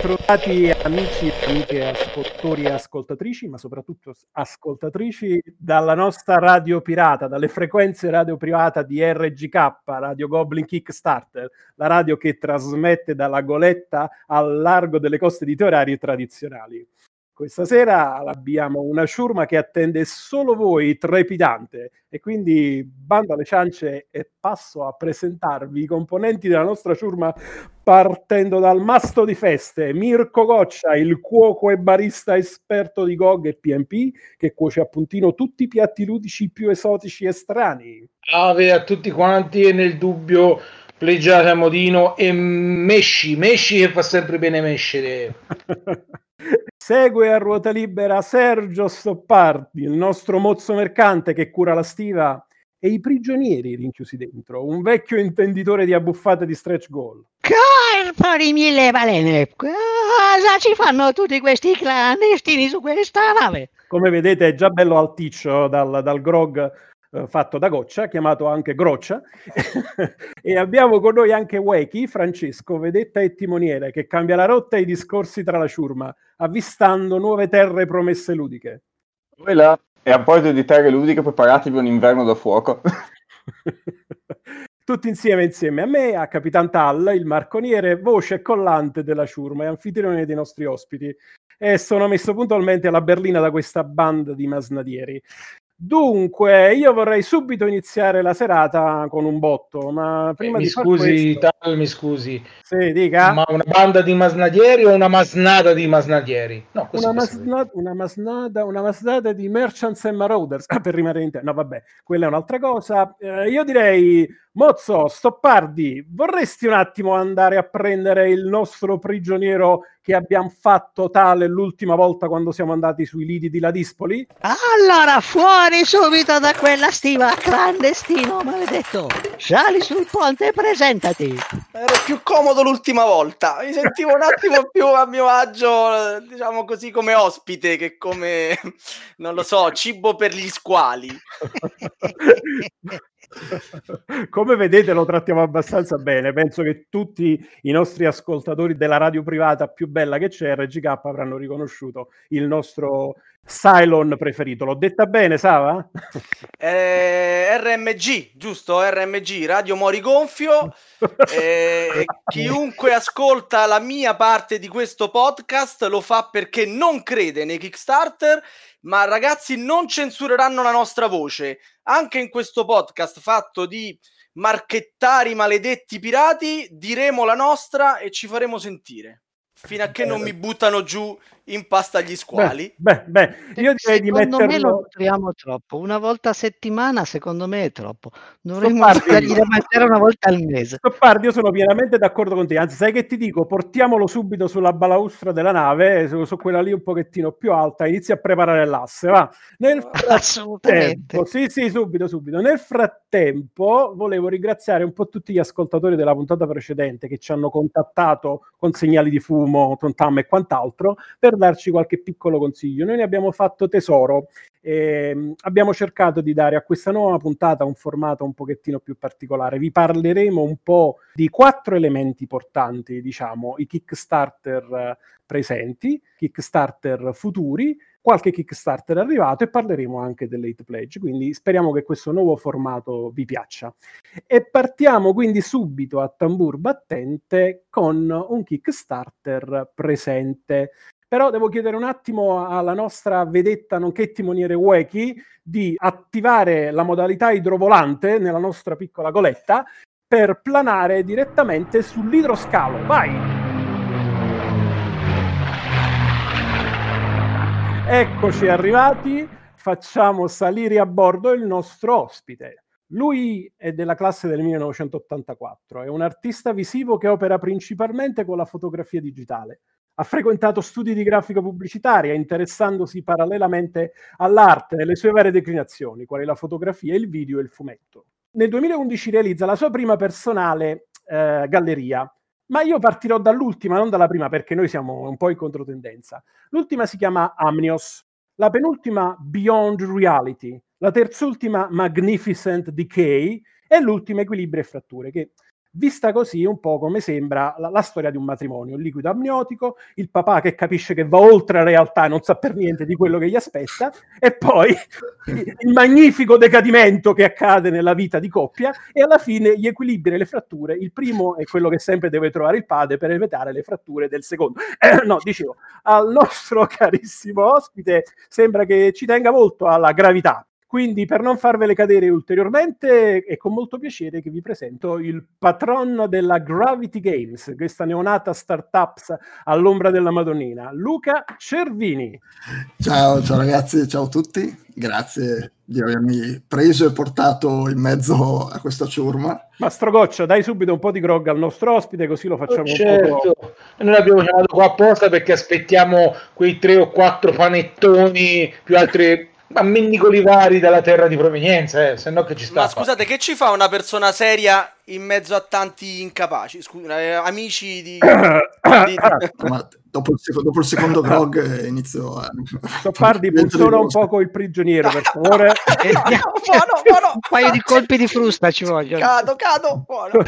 Bentrovati amici e amiche ascoltatori e ascoltatrici, ma soprattutto ascoltatrici dalla nostra radio pirata, dalle frequenze radio pirata di RGK, Radio Goblin Kickstarter, la radio che trasmette dalla Goletta al largo delle coste di Teorarie tradizionali. Questa sera abbiamo una ciurma che attende solo voi, trepidante, e quindi bando alle ciance e passo a presentarvi i componenti della nostra ciurma partendo dal masto di feste, Mirko Goccia, il cuoco e barista esperto di GOG e PNP, che cuoce a puntino tutti i piatti ludici più esotici e strani. Ave a tutti quanti e nel dubbio pleggiate a modino e mesci che fa sempre bene mescere. Segue a ruota libera Sergio Stoppardi, il nostro mozzo mercante che cura la stiva e i prigionieri rinchiusi dentro, un vecchio intenditore di abbuffate di stretch goal. Corpo di mille balene, cosa ci fanno tutti questi clandestini su questa nave? Come vedete è già bello alticcio dal grog fatto da Goccia, chiamato anche Groccia. E abbiamo con noi anche Weki, Francesco, vedetta e timoniere, che cambia la rotta e i discorsi tra la ciurma, avvistando nuove terre promesse ludiche. Là. E a proposito di terre ludiche, preparatevi un inverno da fuoco. Tutti insieme a me, a Capitan Tal, il marconiere, voce collante della ciurma e anfitrione dei nostri ospiti. E sono messo puntualmente alla berlina da questa banda di masnadieri. Dunque, io vorrei subito iniziare la serata con un botto, ma prima mi di scusi, questo... Tal, mi scusi. Sì, dica. Ma una banda di masnadieri o una masnada di masnadieri? No, così una masnada di Merchants and Marauders, per rimanere in tema. No, vabbè, quella è un'altra cosa. Io direi, Mozzo, Stoppardi, vorresti un attimo andare a prendere il nostro prigioniero che abbiamo fatto tale l'ultima volta quando siamo andati sui lidi di Ladispoli? Allora, fuori subito da quella stiva, clandestino maledetto. Sali sul ponte e presentati. Ero più comodo l'ultima volta, mi sentivo un attimo più a mio agio, diciamo così, come ospite che come, non lo so, cibo per gli squali. Come vedete lo trattiamo abbastanza bene, penso che tutti i nostri ascoltatori della radio privata più bella che c'è, RGK, avranno riconosciuto il nostro Cylon preferito. L'ho detta bene, Sava? RMG, giusto? RMG, Radio Mori Gonfio. Chiunque ascolta la mia parte di questo podcast lo fa perché non crede nei Kickstarter, ma ragazzi non censureranno la nostra voce. Anche in questo podcast fatto di marchettari maledetti pirati diremo la nostra e ci faremo sentire fino a che non mi buttano giù in pasta agli squali. Io direi di metterlo... Secondo me lo troviamo troppo. Una volta a settimana, secondo me è troppo. Dovremmo dargli da mangiare una volta al mese. Stoppardi, io sono pienamente d'accordo con te. Anzi, sai che ti dico? Portiamolo subito sulla balaustra della nave, su quella lì un pochettino più alta, inizia a preparare l'asse, va. Assolutamente. Sì, subito. Nel frattempo, volevo ringraziare un po' tutti gli ascoltatori della puntata precedente che ci hanno contattato con segnali di fumo, Tontam e quant'altro, per darci qualche piccolo consiglio. Noi ne abbiamo fatto tesoro. Abbiamo cercato di dare a questa nuova puntata un formato un pochettino più particolare. Vi parleremo un po' di 4 elementi portanti, diciamo, i Kickstarter presenti, Kickstarter futuri, qualche Kickstarter arrivato e parleremo anche dell'Hate Pledge, quindi speriamo che questo nuovo formato vi piaccia. E partiamo quindi subito a tambur battente con un Kickstarter presente. Però devo chiedere un attimo alla nostra vedetta nonché timoniere Weki di attivare la modalità idrovolante nella nostra piccola goletta per planare direttamente sull'idroscalo. Vai! Eccoci arrivati, facciamo salire a bordo il nostro ospite. Lui è della classe del 1984, è un artista visivo che opera principalmente con la fotografia digitale. Ha frequentato studi di grafica pubblicitaria, interessandosi parallelamente all'arte nelle sue varie declinazioni, quali la fotografia, il video e il fumetto. Nel 2011 realizza la sua prima personale galleria, ma io partirò dall'ultima, non dalla prima, perché noi siamo un po' in controtendenza. L'ultima si chiama Amnios, la penultima Beyond Reality, la terzultima Magnificent Decay e l'ultima Equilibrio e Fratture, che Vista così, un po' come sembra la storia di un matrimonio, il liquido amniotico, il papà che capisce che va oltre la realtà e non sa per niente di quello che gli aspetta, e poi il magnifico decadimento che accade nella vita di coppia, e alla fine gli equilibri e le fratture. Il primo è quello che sempre deve trovare il padre per evitare le fratture del secondo. No, dicevo, al nostro carissimo ospite sembra che ci tenga molto alla gravità. Quindi, per non farvele cadere ulteriormente, è con molto piacere che vi presento il patron della Gravity Games, questa neonata startup all'ombra della Madonnina, Luca Cervini. Ciao ragazzi, ciao a tutti, grazie di avermi preso e portato in mezzo a questa ciurma. Mastro Goccia, dai subito un po' di grog al nostro ospite, così lo facciamo certo. un po'. Noi l'abbiamo chiamato qua apposta perché aspettiamo quei 3 o 4 panettoni più altri ammendicoli vari dalla terra di provenienza, se no che ci sta. Ma scusate, che ci fa una persona seria in mezzo a tanti incapaci? Amici di... Ma dopo il secondo grog inizio a... Soppardi, funziona un po' il prigioniero, per favore. No. Un paio di colpi di frusta ci vogliono. Cado.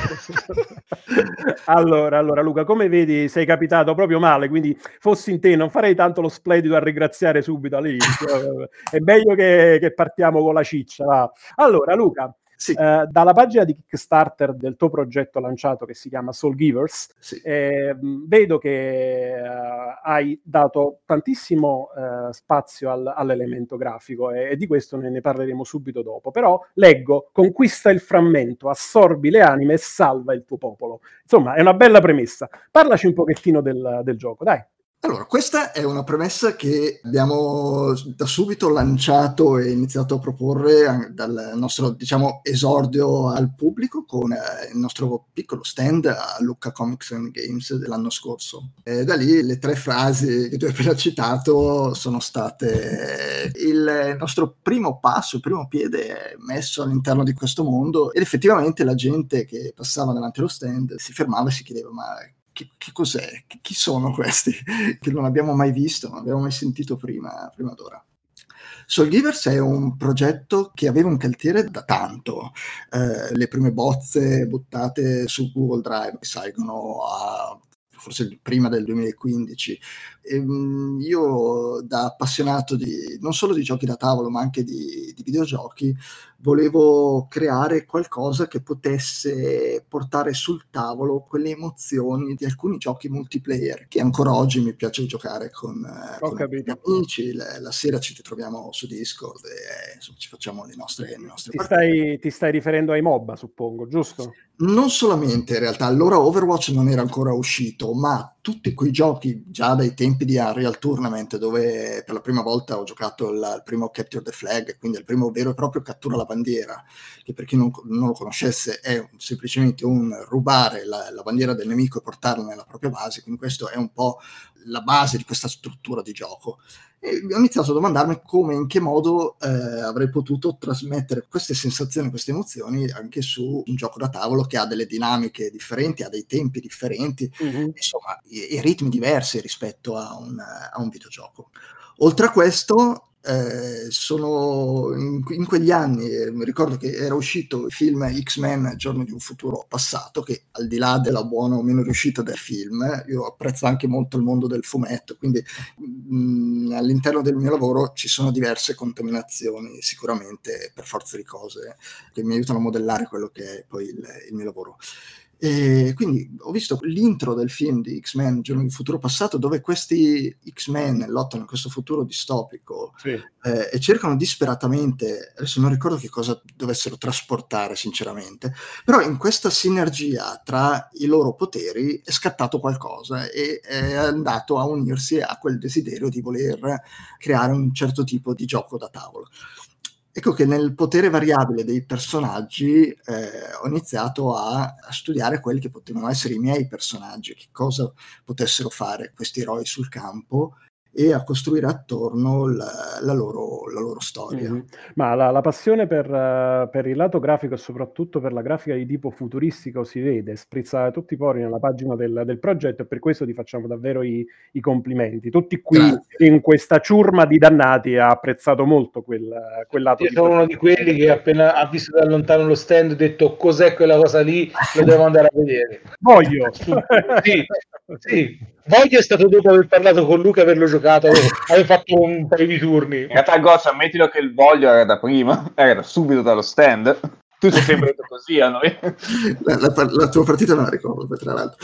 Allora, Luca, come vedi sei capitato proprio male, quindi fossi in te non farei tanto lo splendido a ringraziare subito all'inizio. È meglio che partiamo con la ciccia, va. Allora, Luca, sì. Dalla pagina di Kickstarter del tuo progetto lanciato che si chiama Soul Givers, sì. Vedo che hai dato tantissimo spazio all'elemento grafico, e di questo ne parleremo subito dopo. Però leggo: conquista il frammento, assorbi le anime e salva il tuo popolo. Insomma, è una bella premessa. Parlaci un pochettino del gioco, dai. Allora, questa è una premessa che abbiamo da subito lanciato e iniziato a proporre dal nostro, diciamo, esordio al pubblico con il nostro piccolo stand a Lucca Comics and Games dell'anno scorso. E da lì le 3 frasi che tu hai appena citato sono state il nostro primo passo, il primo piede messo all'interno di questo mondo, ed effettivamente la gente che passava davanti allo stand si fermava e si chiedeva: ma che cos'è? Chi sono questi? Che non abbiamo mai visto, non abbiamo mai sentito prima d'ora. Soul Givers è un progetto che aveva un cantiere da tanto. Le prime bozze buttate su Google Drive risalgono a forse prima del 2015. Io, da appassionato non solo di giochi da tavolo ma anche di videogiochi, volevo creare qualcosa che potesse portare sul tavolo quelle emozioni di alcuni giochi multiplayer che ancora oggi mi piace giocare con gli amici. La sera ci ritroviamo su Discord e insomma, ci facciamo le nostre ti stai riferendo ai MOBA, suppongo, giusto? Non solamente, in realtà. Allora Overwatch non era ancora uscito, ma tutti quei giochi già dai tempi di Unreal Tournament, dove per la prima volta ho giocato il primo Capture the Flag, quindi il primo vero e proprio cattura la bandiera, che per chi non lo conoscesse è semplicemente un rubare la bandiera del nemico e portarla nella propria base. Quindi questo è un po' la base di questa struttura di gioco. E ho iniziato a domandarmi come, in che modo avrei potuto trasmettere queste sensazioni, queste emozioni anche su un gioco da tavolo che ha delle dinamiche differenti, ha dei tempi differenti, insomma, e ritmi diversi rispetto a un videogioco. Oltre a questo, sono in quegli anni, ricordo che era uscito il film X-Men Giorno di un futuro passato, che al di là della buona o meno riuscita del film, io apprezzo anche molto il mondo del fumetto, quindi all'interno del mio lavoro ci sono diverse contaminazioni, sicuramente, per forza di cose, che mi aiutano a modellare quello che è poi il mio lavoro. E quindi ho visto l'intro del film di X-Men Giorno di futuro passato, dove questi X-Men lottano in questo futuro distopico, sì, e cercano disperatamente, adesso non ricordo che cosa dovessero trasportare sinceramente, però in questa sinergia tra i loro poteri è scattato qualcosa e è andato a unirsi a quel desiderio di voler creare un certo tipo di gioco da tavolo. Ecco che nel potere variabile dei personaggi ho iniziato a studiare quelli che potevano essere i miei personaggi, che cosa potessero fare questi eroi sul campo, e e a costruire attorno la loro storia. Mm-hmm. Ma la passione per il lato grafico e soprattutto per la grafica di tipo futuristico si vede, sprizza tutti i pori nella pagina del progetto, e per questo ti facciamo davvero i complimenti. Tutti qui Grazie. in questa ciurma di dannati ha apprezzato molto quel lato. Io sono uno di quelli che appena ha visto da lontano lo stand ha detto cos'è quella cosa lì, lo devo andare a vedere. Voglio! Sì. Voglio è stato dopo aver parlato con Luca, averlo giocato, aver fatto un paio di turni. In realtà Gozza, ammettilo che il voglio era da prima, era subito dallo stand. Tu sei sempre detto così a noi. La tua partita me la ricordo, tra l'altro.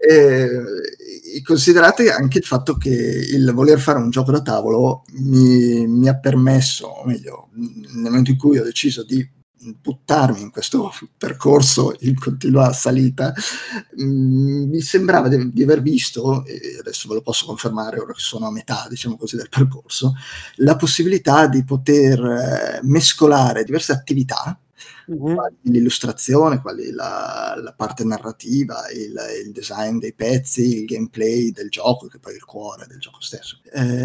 Considerate anche il fatto che il voler fare un gioco da tavolo mi ha permesso, o meglio, nel momento in cui ho deciso di buttarmi in questo percorso in continua salita, mi sembrava di aver visto, e adesso ve lo posso confermare ora che sono a metà, diciamo così, del percorso, la possibilità di poter mescolare diverse attività, quali l'illustrazione, quali la parte narrativa, il design dei pezzi, il gameplay del gioco, che poi è il cuore del gioco stesso.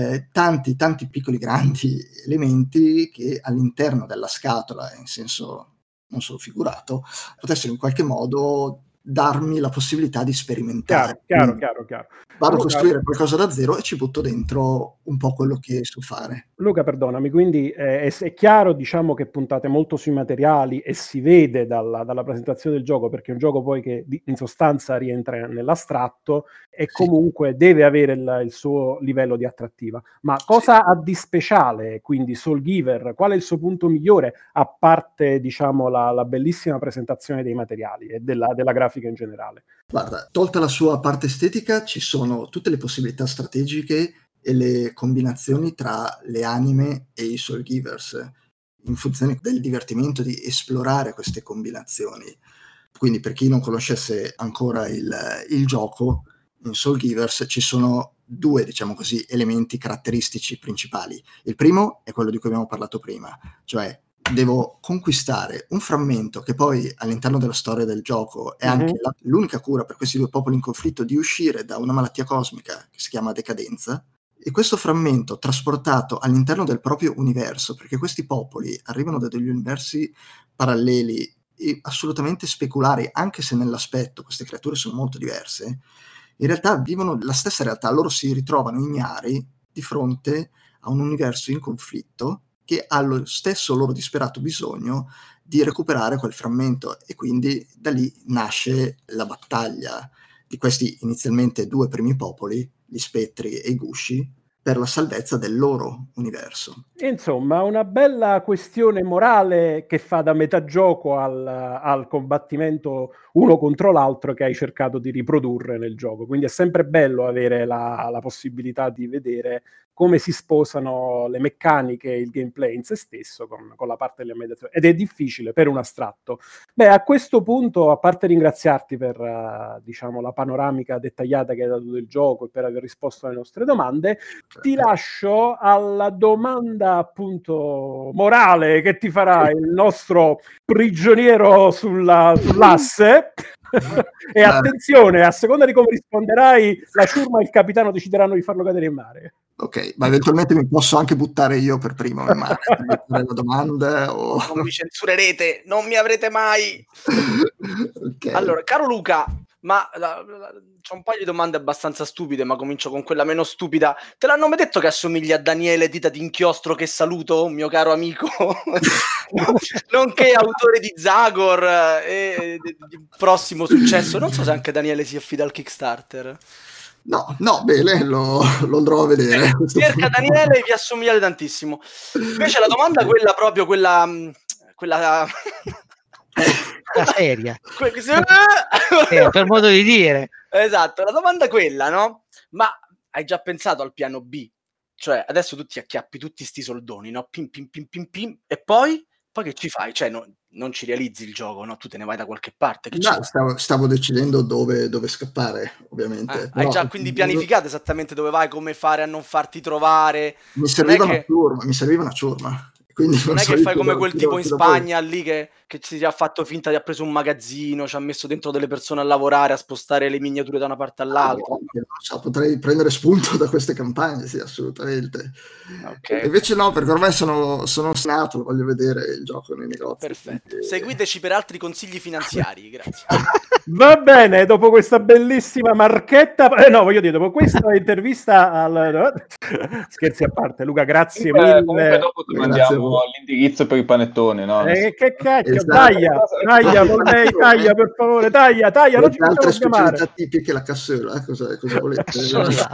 Tanti piccoli grandi elementi che all'interno della scatola, in senso non solo figurato, potessero in qualche modo darmi la possibilità di sperimentare. Chiaro. Vado a costruire qualcosa da zero e ci butto dentro un po' quello che so fare. Luca, perdonami, quindi è chiaro, diciamo, che puntate molto sui materiali e si vede dalla presentazione del gioco, perché è un gioco poi che in sostanza rientra nell'astratto e comunque deve avere il suo livello di attrattiva. Ma cosa ha di speciale, quindi, Soul Giver? Qual è il suo punto migliore, a parte, diciamo, la bellissima presentazione dei materiali e della grafica in generale? Guarda, tolta la sua parte estetica, ci sono tutte le possibilità strategiche e le combinazioni tra le anime e i Soul Givers, in funzione del divertimento di esplorare queste combinazioni. Quindi, per chi non conoscesse ancora il gioco, in Soul Givers ci sono due, diciamo così, elementi caratteristici principali. Il primo è quello di cui abbiamo parlato prima, cioè devo conquistare un frammento che poi all'interno della storia del gioco è anche l'unica cura per questi due popoli in conflitto di uscire da una malattia cosmica che si chiama decadenza, e questo frammento trasportato all'interno del proprio universo, perché questi popoli arrivano da degli universi paralleli e assolutamente speculari, anche se nell'aspetto queste creature sono molto diverse, in realtà vivono la stessa realtà. Loro si ritrovano ignari di fronte a un universo in conflitto che ha lo stesso loro disperato bisogno di recuperare quel frammento, e quindi da lì nasce la battaglia di questi inizialmente due primi popoli, gli spettri e i gusci, per la salvezza del loro universo. Insomma, una bella questione morale che fa da metagioco al combattimento uno contro l'altro che hai cercato di riprodurre nel gioco. Quindi è sempre bello avere la possibilità di vedere come si sposano le meccaniche e il gameplay in se stesso con la parte dell'ambientazione, ed è difficile per un astratto. Beh, a questo punto, a parte ringraziarti per diciamo la panoramica dettagliata che hai dato del gioco e per aver risposto alle nostre domande, ti lascio alla domanda appunto morale che ti farà il nostro prigioniero sull'asse. E attenzione, a seconda di come risponderai, la ciurma e il capitano decideranno di farlo cadere in mare. Ok, ma eventualmente mi posso anche buttare io per primo in mare la domanda o... Non mi censurerete, non mi avrete mai. Okay. Allora, caro Luca, ma c'ho un paio di domande abbastanza stupide, ma comincio con quella meno stupida. Te l'hanno mai detto che assomigli a Daniele Dita d'Inchiostro, che saluto, un mio caro amico, nonché autore di Zagor e di prossimo successo? Non so se anche Daniele si affida al Kickstarter. No, bene, lo andrò a vedere. Cerca Daniele, vi assomigliate tantissimo. Invece la domanda, quella la seria. Per per modo di dire. Esatto, la domanda è quella, no? Ma hai già pensato al piano B? Cioè, adesso tu ti acchiappi tutti sti soldoni, no? Pim, pim, pim, pim, pim, e poi che ci fai? Cioè, non ci realizzi il gioco, no? Tu te ne vai da qualche parte. Stavo decidendo dove scappare, ovviamente. Hai già quindi pianificato esattamente dove vai, come fare a non farti trovare? Mi serviva una ciurma. Quindi non è so che io fai come quel tipo in tiro Spagna lì che si è fatto finta di ha preso un magazzino, ci ha messo dentro delle persone a lavorare, a spostare le miniature da una parte all'altra. Non so, potrei prendere spunto da queste campagne, sì, assolutamente. Okay. Invece no, perché ormai sono snato, voglio vedere il gioco nei negozi. Perfetto. quindi- Seguiteci per altri consigli finanziari, grazie. Va bene, dopo questa bellissima marchetta, no, voglio dire, dopo questa intervista al... Scherzi a parte, Luca, grazie Comunque mille. dopo ti Grazie a mandiamo voi. l'indirizzo per i panettoni, no? Che cacchio, Esatto. taglia, vorrei, taglia, per favore, taglia, non ci Le altre facciamo sgamare. specialità tipiche, la cassola, cosa volete? Cassola.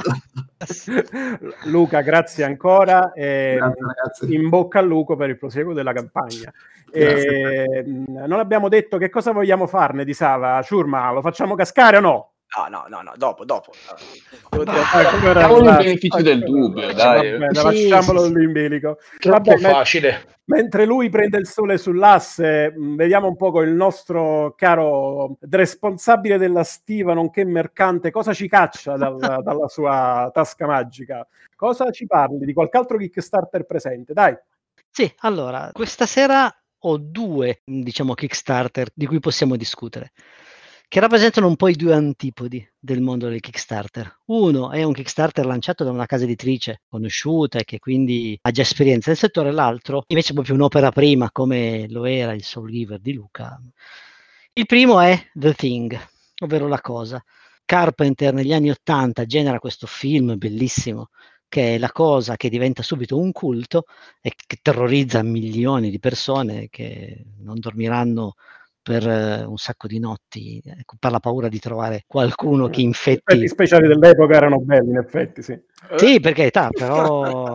Luca, grazie ancora e Grazie, ragazzi. in bocca al lupo per il proseguo della campagna. Grazie. Non abbiamo detto che cosa vogliamo farne di Sava, Ciurma, lo facciamo cascare o no? No, dopo. Devo dire, Diamo il beneficio del dubbio, dai. Va bene, Sì, lasciamolo sì. in bilico. Troppo Vabbè, facile. mentre lui prende il sole sull'asse, vediamo un po' con il nostro caro responsabile della stiva, nonché mercante, cosa ci caccia dalla sua tasca magica. Cosa ci parli di qualche altro Kickstarter presente? Dai. Sì, allora, questa sera ho 2, diciamo, Kickstarter di cui possiamo discutere, che rappresentano un po' i 2 antipodi del mondo del Kickstarter. Uno è un Kickstarter lanciato da una casa editrice conosciuta e che quindi ha già esperienza nel settore, l'altro invece è proprio un'opera prima, come lo era il Soul Giver di Luca. Il primo è The Thing, ovvero La Cosa. Carpenter negli anni '80 genera questo film bellissimo, che è La Cosa, che diventa subito un culto e che terrorizza milioni di persone che non dormiranno per un sacco di notti, per la paura di trovare qualcuno che Gli infetti. effetti speciali dell'epoca erano belli, in effetti, sì. Sì, per carità, però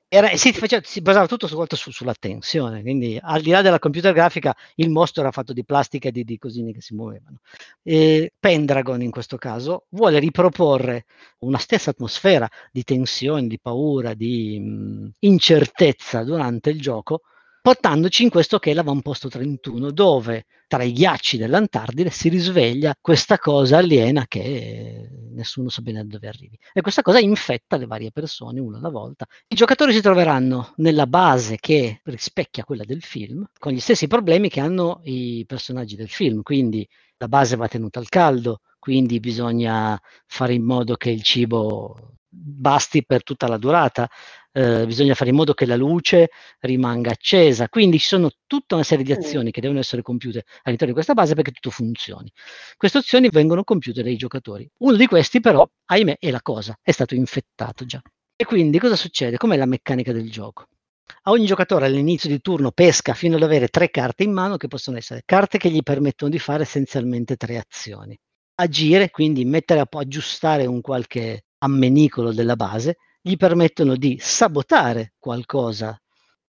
si basava tutto sulla tensione, quindi al di là della computer grafica il mostro era fatto di plastica e di cosine che si muovevano. Pendragon in questo caso vuole riproporre una stessa atmosfera di tensione, di paura, di incertezza durante il gioco, portandoci in questo che è l'avamposto 31, dove tra i ghiacci dell'Antartide si risveglia questa cosa aliena che nessuno sa bene da dove arrivi. E questa cosa infetta le varie persone una alla volta. I giocatori si troveranno nella base che rispecchia quella del film, con gli stessi problemi che hanno i personaggi del film, quindi la base va tenuta al caldo, quindi bisogna fare in modo che il cibo basti per tutta la durata, bisogna fare in modo che la luce rimanga accesa, quindi ci sono tutta una serie di azioni che devono essere compiute all'interno di questa base perché tutto funzioni. Queste azioni vengono compiute dai giocatori. Uno di questi però, ahimè, è La Cosa, è stato infettato già. E quindi cosa succede? Com'è la meccanica del gioco? A ogni giocatore all'inizio di turno pesca fino ad avere 3 carte in mano, che possono essere carte che gli permettono di fare essenzialmente 3 azioni. Agire, quindi aggiustare un qualche ammenicolo della base, gli permettono di sabotare qualcosa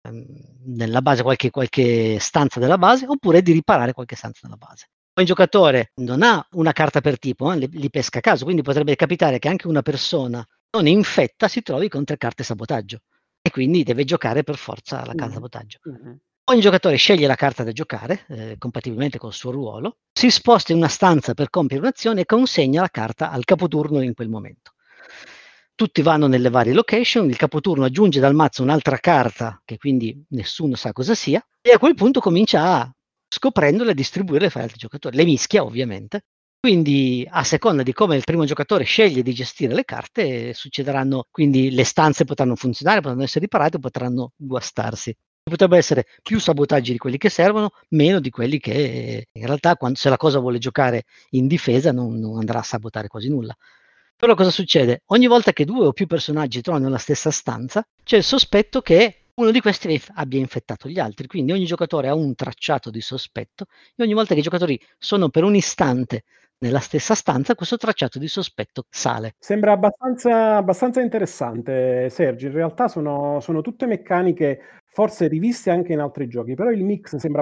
nella base, qualche stanza della base, oppure di riparare qualche stanza della base. Poi il giocatore non ha una carta per tipo, li pesca a caso, quindi potrebbe capitare che anche una persona non infetta si trovi con 3 carte sabotaggio e quindi deve giocare per forza la carta sabotaggio. Ogni giocatore sceglie la carta da giocare, compatibilmente col suo ruolo, si sposta in una stanza per compiere un'azione e consegna la carta al capoturno in quel momento. Tutti vanno nelle varie location, il capoturno aggiunge dal mazzo un'altra carta, che quindi nessuno sa cosa sia, e a quel punto comincia a, scoprendola, a distribuirle fra gli altri giocatori. Le mischia, ovviamente. Quindi, a seconda di come il primo giocatore sceglie di gestire le carte, succederanno, quindi le stanze potranno funzionare, potranno essere riparate, potranno guastarsi. Potrebbero essere più sabotaggi di quelli che servono, meno di quelli che in realtà, se la cosa vuole giocare in difesa, non andrà a sabotare quasi nulla. Però cosa succede? Ogni volta che 2 o più personaggi trovano nella stessa stanza, c'è il sospetto che uno di questi abbia infettato gli altri. Quindi ogni giocatore ha un tracciato di sospetto e ogni volta che i giocatori sono per un istante nella stessa stanza, questo tracciato di sospetto sale. Sembra abbastanza interessante, Sergi. In realtà sono tutte meccaniche forse riviste anche in altri giochi, però il mix sembra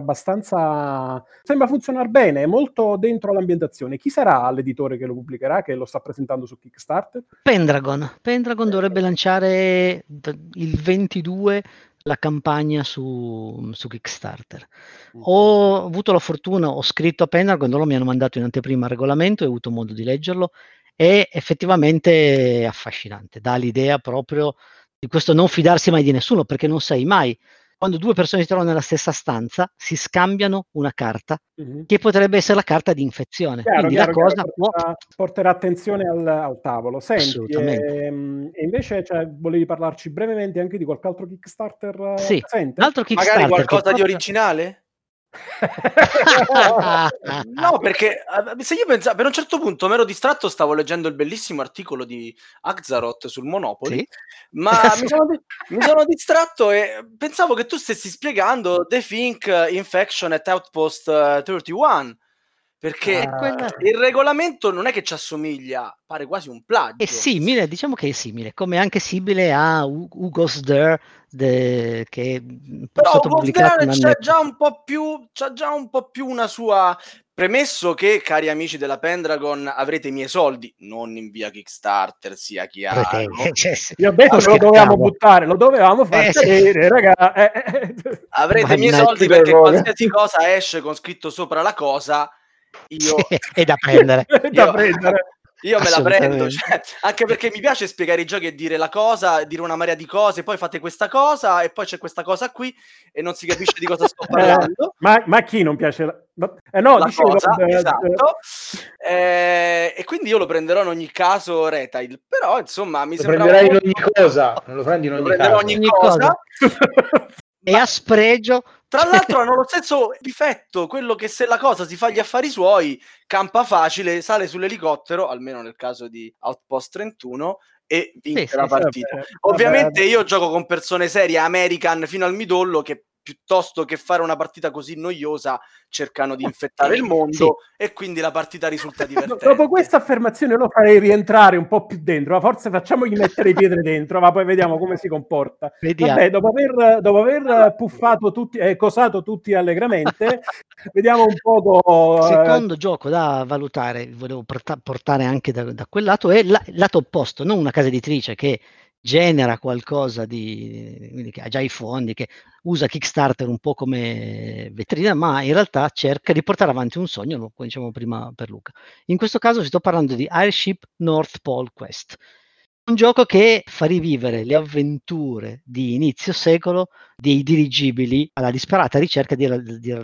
funzionare bene, è molto dentro l'ambientazione. Chi sarà l'editore che lo pubblicherà, che lo sta presentando su Kickstarter? Pendragon dovrebbe lanciare il 22 la campagna su Kickstarter. Ho avuto la fortuna, ho scritto a Pendragon, loro mi hanno mandato in anteprima il regolamento e ho avuto modo di leggerlo, è effettivamente affascinante, dà l'idea proprio di questo non fidarsi mai di nessuno, perché non sai mai quando due persone si trovano nella stessa stanza si scambiano una carta che potrebbe essere la carta di infezione. Quindi la cosa può... porterà attenzione al tavolo. Senti, Assolutamente. e invece volevi parlarci brevemente anche di qualche altro Kickstarter Sì, presente? altro Kickstarter magari qualcosa di originale? No, perché se io pensavo, per un certo punto mi ero distratto, stavo leggendo il bellissimo articolo di Axaroth sul Monopoly, sì? ma mi sono distratto e pensavo che tu stessi spiegando The Think Infection at Outpost 31, perché il regolamento non è che ci assomiglia, pare quasi un plagio. È simile, diciamo che è simile, come anche simile a Hugo's There, che è però stato pubblicato c'ha già un po' più una sua... Premesso che, cari amici della Pendragon, avrete i miei soldi, non in via Kickstarter, sia chiaro. Io ho detto che lo dovevamo buttare, lo dovevamo far vedere, raga. Avrete i miei soldi perché qualsiasi cosa esce con scritto sopra la cosa, io... è da prendere. Io me la prendo, cioè, anche perché mi piace spiegare i giochi e dire la cosa, dire una marea di cose, poi fate questa cosa e poi c'è questa cosa qui e non si capisce di cosa sto parlando. Ma chi non piace? La cosa, esatto. E quindi io lo prenderò in ogni caso retail, però insomma mi sembra... Lo prenderai in ogni cosa, non lo prendi in ogni caso. Ogni cosa. E a spregio. Tra l'altro hanno lo stesso difetto, quello che se la cosa si fa gli affari suoi, campa facile, sale sull'elicottero, almeno nel caso di Outpost 31, e vince la partita. Ovviamente io gioco con persone serie, American fino al midollo, che piuttosto che fare una partita così noiosa cercano di infettare il mondo e quindi la partita risulta divertente. Dopo questa affermazione lo farei rientrare un po' più dentro, ma forse facciamogli mettere i piedi dentro, ma poi vediamo come si comporta. Vabbè, dopo aver puffato tutti, cosato tutti allegramente, vediamo un po'. Secondo gioco da valutare, volevo portare anche da quel lato, è lato opposto, non una casa editrice che genera qualcosa quindi che ha già i fondi, che usa Kickstarter un po' come vetrina, ma in realtà cerca di portare avanti un sogno, come dicevamo prima per Luca. In questo caso sto parlando di Airship North Pole Quest, un gioco che fa rivivere le avventure di inizio secolo dei dirigibili alla disperata ricerca della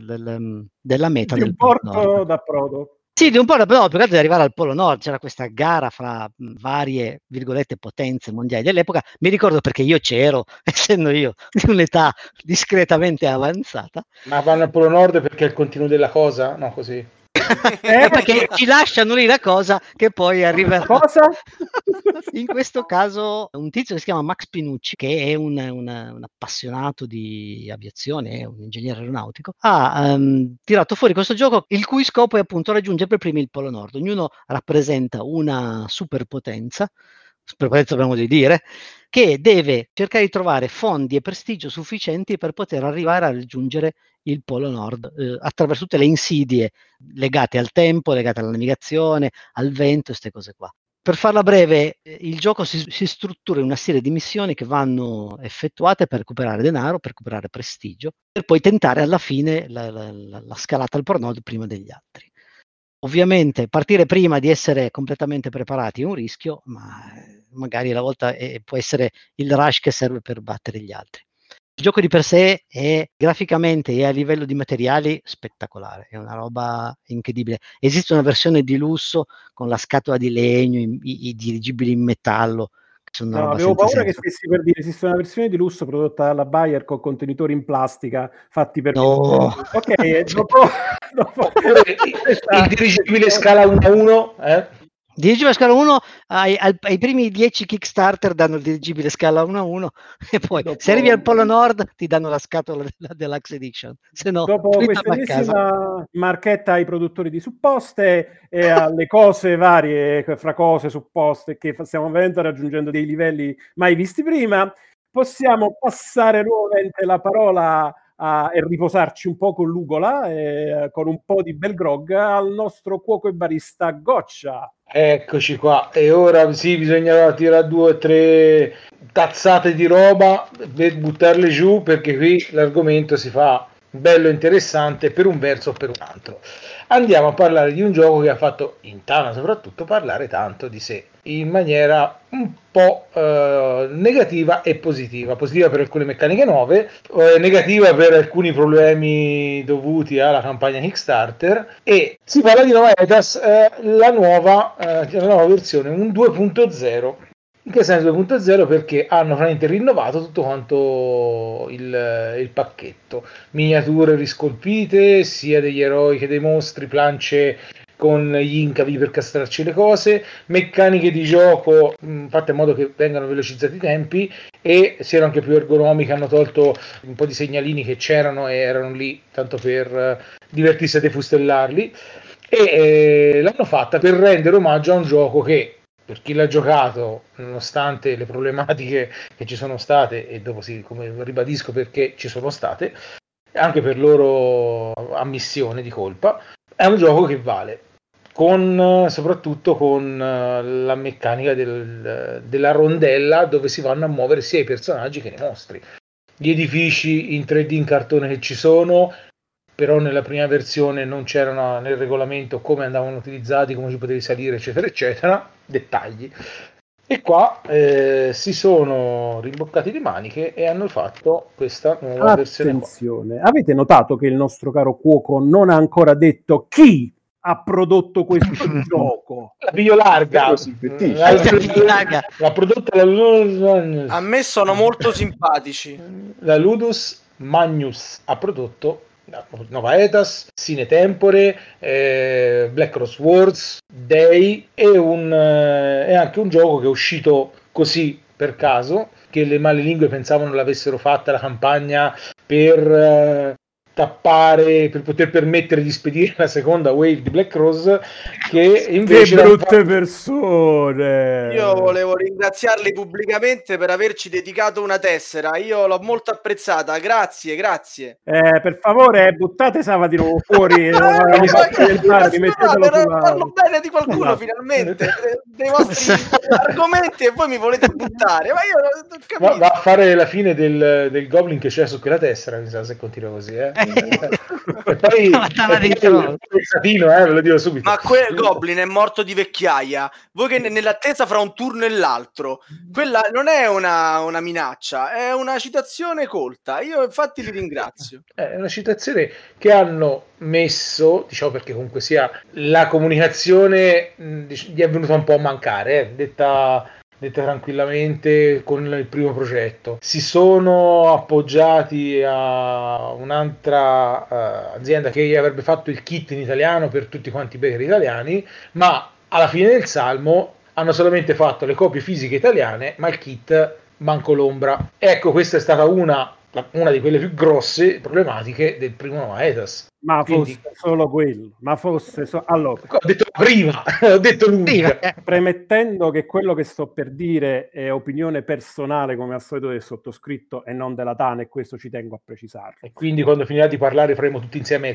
meta di del un porto Nord. d'approdo. Sì, di un po' più che altro di arrivare al Polo Nord, c'era questa gara fra varie, virgolette, potenze mondiali dell'epoca. Mi ricordo perché io c'ero, essendo io di un'età discretamente avanzata. Ma vanno al Polo Nord perché è il continuo della cosa? No, così. Perché ci lasciano lì la cosa che poi arriverà. Cosa? In questo caso un tizio che si chiama Max Pinucci, che è un appassionato di aviazione, è un ingegnere aeronautico, ha tirato fuori questo gioco il cui scopo è appunto raggiungere per primi il Polo Nord. Ognuno rappresenta una superpotenza dobbiamo dire, che deve cercare di trovare fondi e prestigio sufficienti per poter arrivare a raggiungere il Polo Nord attraverso tutte le insidie legate al tempo, legate alla navigazione, al vento, queste cose qua. Per farla breve, il gioco si struttura in una serie di missioni che vanno effettuate per recuperare denaro, per recuperare prestigio, per poi tentare alla fine la scalata al Polo Nord prima degli altri. Ovviamente partire prima di essere completamente preparati è un rischio, ma magari la volta può essere il rush che serve per battere gli altri. Il gioco di per sé è graficamente e a livello di materiali spettacolare, è una roba incredibile. Esiste una versione di lusso con la scatola di legno, i dirigibili in metallo. No, avevo paura che stessi per dire esiste una versione di lusso prodotta dalla Bayer con contenitori in plastica fatti per ok, dopo il dirigibile scala 1-1 dirigibile scala 1 ai primi 10 Kickstarter danno il dirigibile scala 1-1 e poi se arrivi al Polo Nord ti danno la scatola dell'Axe Edition, se no dopo questa ennesima marchetta ai produttori di supposte e alle cose varie, fra cose supposte che stiamo veramente raggiungendo dei livelli mai visti prima, possiamo passare nuovamente la parola e riposarci un po' con l'ugola con un po' di bel grog al nostro cuoco e barista Goccia. Eccoci qua, e ora sì, bisogna tirare 2 o 3 tazzate di roba per buttarle giù, perché qui l'argomento si fa bello interessante per un verso o per un altro. Andiamo a parlare di un gioco che ha fatto in Tana soprattutto parlare tanto di sé in maniera un po' negativa e positiva per alcune meccaniche nuove, negativa per alcuni problemi dovuti alla campagna Kickstarter, e si parla di Nova Etas, la nuova versione, un 2.0. In che senso 2.0? Perché hanno veramente rinnovato tutto quanto il pacchetto, miniature riscolpite sia degli eroi che dei mostri, plance con gli incavi per castrarci le cose, meccaniche di gioco fatte in modo che vengano velocizzati i tempi e siano anche più ergonomiche. Hanno tolto un po' di segnalini che c'erano e erano lì tanto per divertirsi a defustellarli, e l'hanno fatta per rendere omaggio a un gioco che, per chi l'ha giocato, nonostante le problematiche che ci sono state, e dopo come ribadisco perché ci sono state, anche per loro ammissione di colpa, è un gioco che vale, soprattutto con la meccanica della rondella, dove si vanno a muovere sia i personaggi che i mostri. Gli edifici in 3D in cartone che ci sono, però nella prima versione non c'erano nel regolamento come andavano utilizzati, come ci potevi salire, eccetera eccetera, dettagli. E qua si sono rimboccati le maniche e hanno fatto questa nuova versione. Attenzione, avete notato che il nostro caro cuoco non ha ancora detto chi ha prodotto questo gioco? La Pio Larga l'ha prodotta a me sono molto simpatici. La Ludus Magnus ha prodotto Nova Etas, Sine Tempore, Black Cross Wars, Day e anche un gioco che è uscito così per caso, che le malelingue pensavano l'avessero fatta la campagna per tappare, per poter permettere di spedire la seconda wave di Black Cross, che invece che brutte persone. Io volevo ringraziarli pubblicamente per averci dedicato una tessera, io l'ho molto apprezzata, grazie. Per favore, buttate Sava di nuovo fuori. Parlo bene di qualcuno finalmente, dei vostri argomenti, e voi mi volete buttare, ma io non capisco. Va a fare la fine del Goblin che c'è su quella tessera, mi sa, se continua così, e poi ve lo dico subito. Ma quel Goblin è morto di vecchiaia, voi che nell'attesa fra un turno e l'altro, quella non è una minaccia, è una citazione colta, io infatti li ringrazio. È una citazione che hanno messo, diciamo, perché comunque sia la comunicazione gli è venuta un po' a mancare, detta tranquillamente con il primo progetto. Si sono appoggiati a un'altra azienda che avrebbe fatto il kit in italiano per tutti quanti i baker italiani, ma alla fine del salmo hanno solamente fatto le copie fisiche italiane, ma il kit manco l'ombra. Ecco, questa è stata una di quelle più grosse problematiche del primo Nova Etas. Ma quindi, fosse solo quello, allora, ho detto prima, ho detto l'unica. Premettendo che quello che sto per dire è opinione personale, come al solito, del sottoscritto e non della Tana, e questo ci tengo a precisarlo. E quindi quando finirà di parlare faremo tutti insieme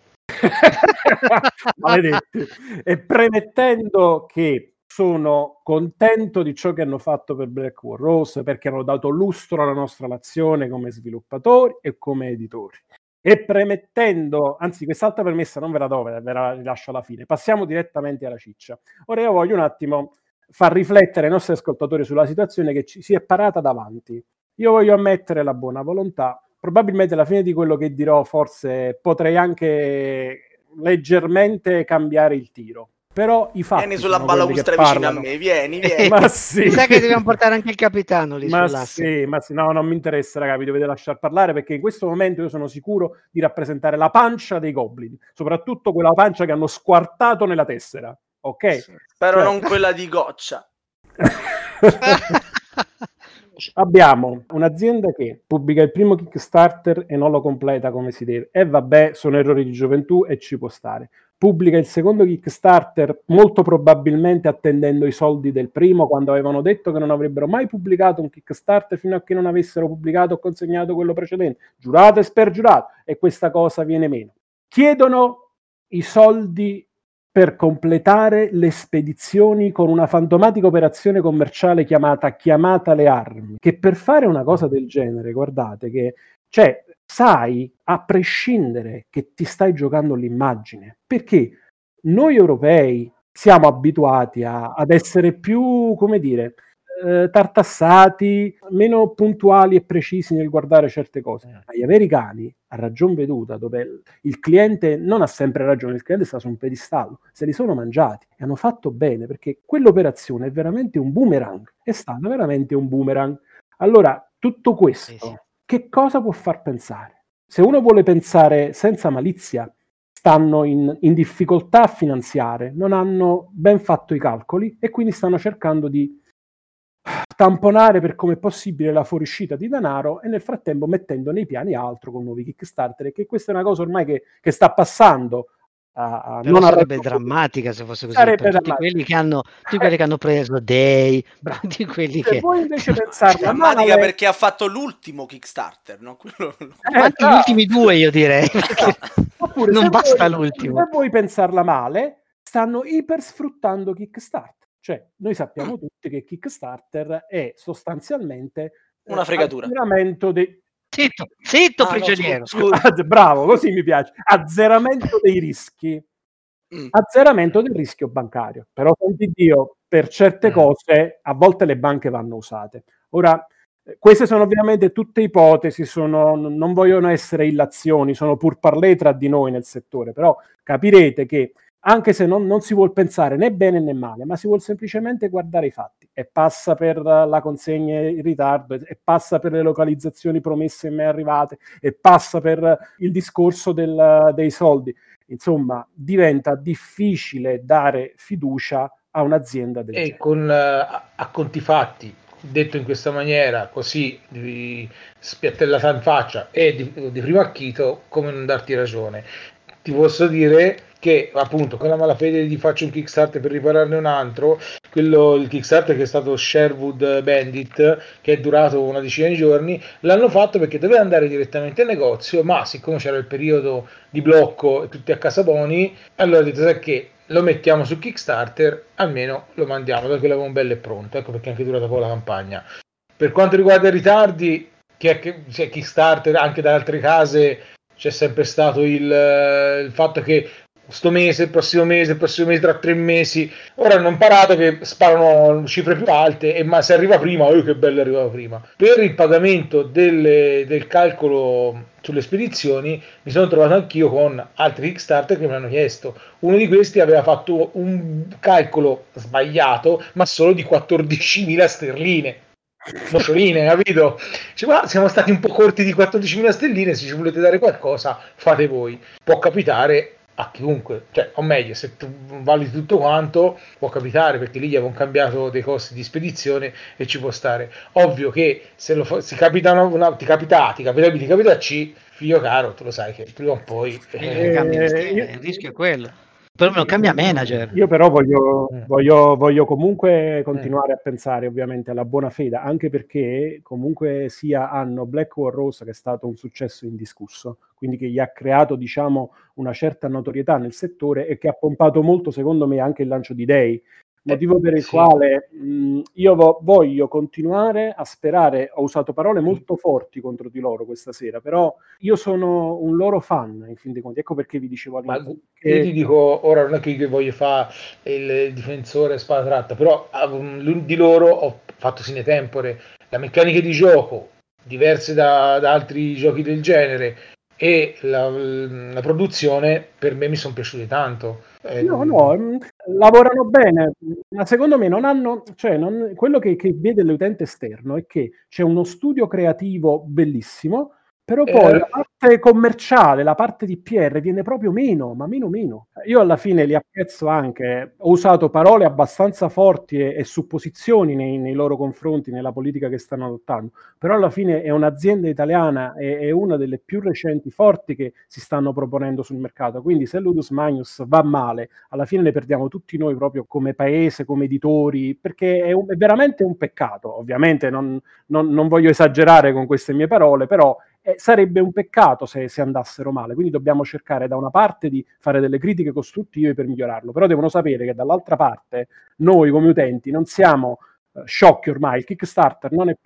maledetti. E premettendo che sono contento di ciò che hanno fatto per Black War Rose, perché hanno dato lustro alla nostra nazione come sviluppatori e come editori. E premettendo, anzi, quest'altra premessa non ve la do, ve la rilascio alla fine. Passiamo direttamente alla ciccia. Ora io voglio un attimo far riflettere i nostri ascoltatori sulla situazione che ci si è parata davanti. Io voglio ammettere la buona volontà. Probabilmente alla fine di quello che dirò forse potrei anche leggermente cambiare il tiro. Però i fatti vieni sulla balaustra vicino a me, vieni. Ma sì. Mi sa che dobbiamo portare anche il capitano lì sull'asse. Ma sì, no, non mi interessa, ragazzi, vi dovete lasciar parlare, perché in questo momento io sono sicuro di rappresentare la pancia dei Goblin, soprattutto quella pancia che hanno squartato nella tessera, ok? Spero non quella di Goccia. Abbiamo un'azienda che pubblica il primo Kickstarter e non lo completa come si deve, e vabbè, sono errori di gioventù e ci può stare. Pubblica il secondo Kickstarter molto probabilmente attendendo i soldi del primo, quando avevano detto che non avrebbero mai pubblicato un Kickstarter fino a che non avessero pubblicato o consegnato quello precedente, giurato e spergiurato, e questa cosa viene meno. Chiedono i soldi per completare le spedizioni con una fantomatica operazione commerciale chiamata Chiamata alle Armi, che per fare una cosa del genere, guardate che sai a prescindere che ti stai giocando l'immagine, perché noi europei siamo abituati ad essere più, come dire, tartassati, meno puntuali e precisi nel guardare certe cose. Ma gli americani, a ragion veduta, dove il cliente non ha sempre ragione, il cliente sta su un piedistallo, se li sono mangiati e hanno fatto bene, perché quell'operazione è veramente un boomerang, è stata veramente un boomerang. Allora, tutto questo, che cosa può far pensare? Se uno vuole pensare senza malizia, stanno in difficoltà finanziarie, non hanno ben fatto i calcoli e quindi stanno cercando di tamponare per come è possibile la fuoriuscita di denaro e nel frattempo mettendo nei piani altro con nuovi Kickstarter, che questa è una cosa ormai che sta passando. Però sarebbe drammatica se fosse così, per tutti quelli che hanno preso Day, tutti quelli se voi invece pensarla drammatica perché ha fatto l'ultimo Kickstarter, no? Gli ultimi due, io direi. Oppure non basta l'ultimo. Se vuoi pensarla male, stanno iper sfruttando Kickstarter. Cioè, noi sappiamo tutti che Kickstarter è sostanzialmente una fregatura. Azzeramento dei... Zitto, prigioniero. No, scusa. Bravo, così mi piace. Azzeramento dei rischi. Azzeramento del rischio bancario. Però, santi Dio, per certe cose, a volte le banche vanno usate. Ora, queste sono ovviamente tutte ipotesi, non vogliono essere illazioni, sono pur parlé tra di noi nel settore, però capirete che anche se non si vuol pensare né bene né male, ma si vuol semplicemente guardare i fatti, e passa per la consegna in ritardo, e passa per le localizzazioni promesse e mai arrivate, e passa per il discorso dei soldi. Insomma, diventa difficile dare fiducia a un'azienda del genere. E con a conti fatti, detto in questa maniera, così spiattellata in faccia e di primo acchito, come non darti ragione? Ti posso dire che appunto con la malafede di faccio un Kickstarter per ripararne un altro, il Kickstarter che è stato Sherwood Bandit, che è durato una decina di giorni, l'hanno fatto perché doveva andare direttamente al negozio, ma siccome c'era il periodo di blocco e tutti a casa Boni, allora ho detto, sai che lo mettiamo su Kickstarter, almeno lo mandiamo, perché l'avevamo bello e pronto, ecco perché è anche durata poi la campagna. Per quanto riguarda i ritardi, c'è Kickstarter anche da altre case, c'è sempre stato il fatto che sto mese, il prossimo mese, tra 3 mesi, ora hanno imparato che sparano cifre più alte, ma se arriva prima, che bello arrivava prima. Per il pagamento del calcolo sulle spedizioni mi sono trovato anch'io con altri Kickstarter che me l'hanno chiesto. Uno di questi aveva fatto un calcolo sbagliato, ma solo di 14.000 sterline. Noccioline, capito? Cioè, ma siamo stati un po' corti di 14.000 sterline, se ci volete dare qualcosa fate voi. Può capitare a chiunque, cioè, o meglio, se tu vali tutto quanto può capitare, perché lì gli avevano cambiato dei costi di spedizione e ci può stare. Ovvio che se ti capita a C, figlio caro, tu lo sai che prima o poi il rischio è quello. Però me lo cambia manager. Io però voglio comunque continuare a pensare ovviamente alla buona fede, anche perché comunque hanno Black War Rose, che è stato un successo indiscusso, quindi che gli ha creato, diciamo, una certa notorietà nel settore e che ha pompato molto, secondo me, anche il lancio di Day. Motivo per il quale io voglio continuare a sperare. Ho usato parole molto forti contro di loro questa sera, però io sono un loro fan, in fin dei conti. Ecco perché vi dicevo all'inizio. Io ti dico, ora non è che io voglio fare il difensore spada tratta, però di loro ho fatto sine tempore. La meccanica di gioco, diverse da altri giochi del genere, e la produzione per me mi sono piaciute tanto. No, lavorano bene, ma secondo me non hanno, cioè quello che vede l'utente esterno è che c'è uno studio creativo bellissimo, però poi la parte commerciale, la parte di PR viene proprio meno. Io alla fine li apprezzo anche, ho usato parole abbastanza forti e supposizioni nei loro confronti, nella politica che stanno adottando, però alla fine è un'azienda italiana, è una delle più recenti forti che si stanno proponendo sul mercato, quindi se Ludus Magnus va male, alla fine ne perdiamo tutti noi proprio come paese, come editori, perché è veramente un peccato. Ovviamente non voglio esagerare con queste mie parole, però sarebbe un peccato se andassero male, quindi dobbiamo cercare da una parte di fare delle critiche costruttive per migliorarlo, però devono sapere che dall'altra parte noi come utenti non siamo sciocchi ormai. Il Kickstarter non è più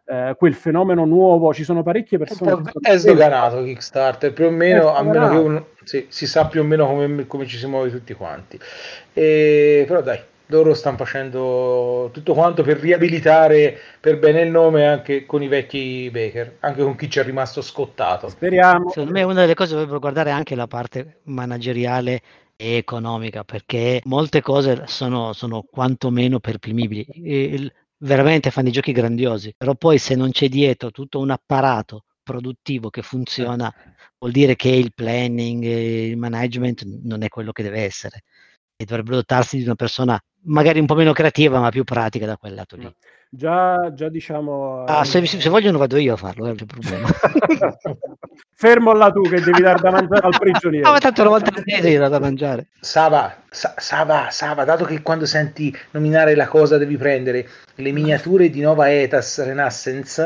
quel fenomeno nuovo. Ci sono parecchie persone è sdoganato Kickstarter, più o meno, a meno che uno si sa più o meno come ci si muove tutti quanti. Però dai, loro stanno facendo tutto quanto per riabilitare per bene il nome anche con i vecchi baker, anche con chi ci è rimasto scottato. Speriamo. Secondo me una delle cose dovrebbero guardare anche la parte manageriale e economica, perché molte cose sono quantomeno perprimibili. Veramente fanno i giochi grandiosi, però poi se non c'è dietro tutto un apparato produttivo che funziona, vuol dire che il planning e il management non è quello che deve essere, e dovrebbero dotarsi di una persona magari un po' meno creativa ma più pratica da quel lato lì. Già diciamo... Se vogliono vado io a farlo, non c'è problema. Fermo là tu che devi dare da mangiare al prigioniero. Ma tanto una volta al mese gli dà da mangiare. Sava, dato che quando senti nominare la cosa devi prendere le miniature di Nova Etas Renaissance,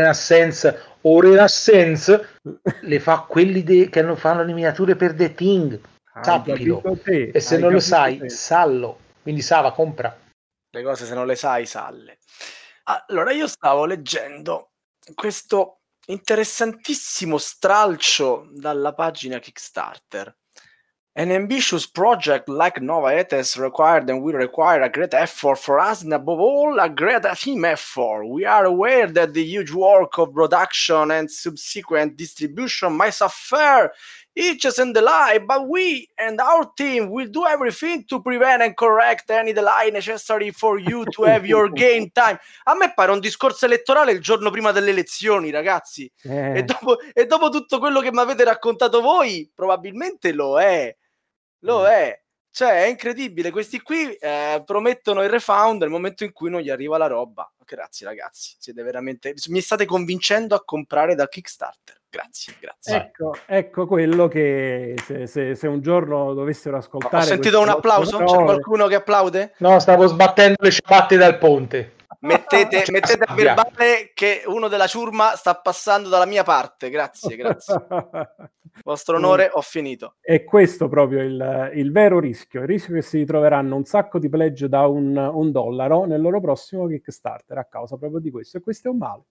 le fa quelli che fanno le miniature per The Thing. Sappilo. E se non lo sai, sallo. Quindi Sava, compra. Le cose se non le sai, salle. Allora, io stavo leggendo questo interessantissimo stralcio dalla pagina Kickstarter. An ambitious project like Nova Etas required and will require a great effort for us, and above all, a great team effort. We are aware that the huge work of production and subsequent distribution might suffer hitches and delay, but we and our team will do everything to prevent and correct any delay necessary for you to have your game time. A me pare un discorso elettorale il giorno prima delle elezioni, ragazzi. E dopo tutto quello che mi avete raccontato voi, probabilmente lo è. Cioè, è incredibile. Questi qui promettono il refund nel momento in cui non gli arriva la roba. Grazie, ragazzi. Siete veramente... Mi state convincendo a comprare da Kickstarter. Grazie. Ecco quello che se un giorno dovessero ascoltare... Ho sentito un applauso? C'è qualcuno che applaude? No, stavo sbattendo le ciabatte dal ponte. Mettete a verbale che uno della ciurma sta passando dalla mia parte. Grazie. Vostro onore, ho finito. È questo proprio il vero rischio. Il rischio che si ritroveranno un sacco di pledge da $1 nel loro prossimo Kickstarter a causa proprio di questo. E questo è un male.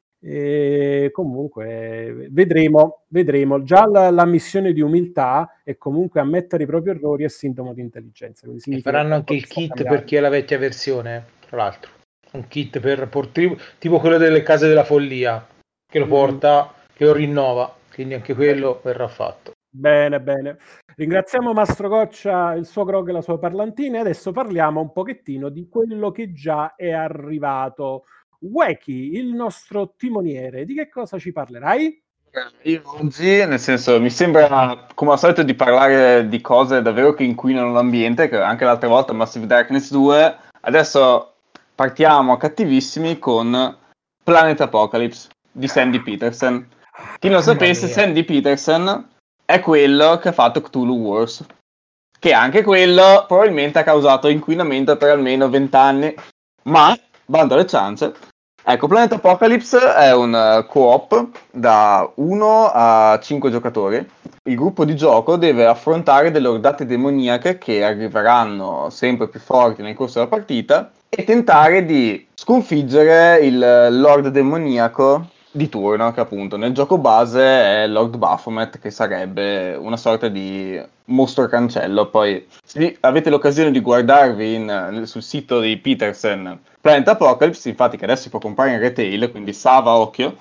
E comunque vedremo. Già la missione di umiltà è comunque ammettere i propri errori è sintomo di intelligenza. E faranno anche il kit per chi è la vecchia versione, tra l'altro. Un kit per tipo quello delle case della follia, che lo porta, che lo rinnova, quindi anche quello verrà fatto. Bene. Ringraziamo Mastro Goccia, il suo grog e la sua parlantina, e adesso parliamo un pochettino di quello che già è arrivato. Wacky, il nostro timoniere, di che cosa ci parlerai? Io oggi, nel senso, mi sembra come al solito di parlare di cose davvero che inquinano l'ambiente, che anche l'altra volta Massive Darkness 2, adesso partiamo cattivissimi con Planet Apocalypse di Sandy Petersen. Chi non sapesse, Sandy Petersen è quello che ha fatto Cthulhu Wars, che anche quello probabilmente ha causato inquinamento per almeno 20 anni, ma bando alle ciance. Ecco, Planet Apocalypse è un co-op da 1 a 5 giocatori. Il gruppo di gioco deve affrontare delle ordate demoniache che arriveranno sempre più forti nel corso della partita e tentare di sconfiggere il Lord demoniaco di turno, che appunto nel gioco base è Lord Baphomet, che sarebbe una sorta di mostro cancello. Poi se avete l'occasione di guardarvi sul sito di Petersen Planet Apocalypse, infatti, che adesso si può comprare in retail, quindi Sava, occhio,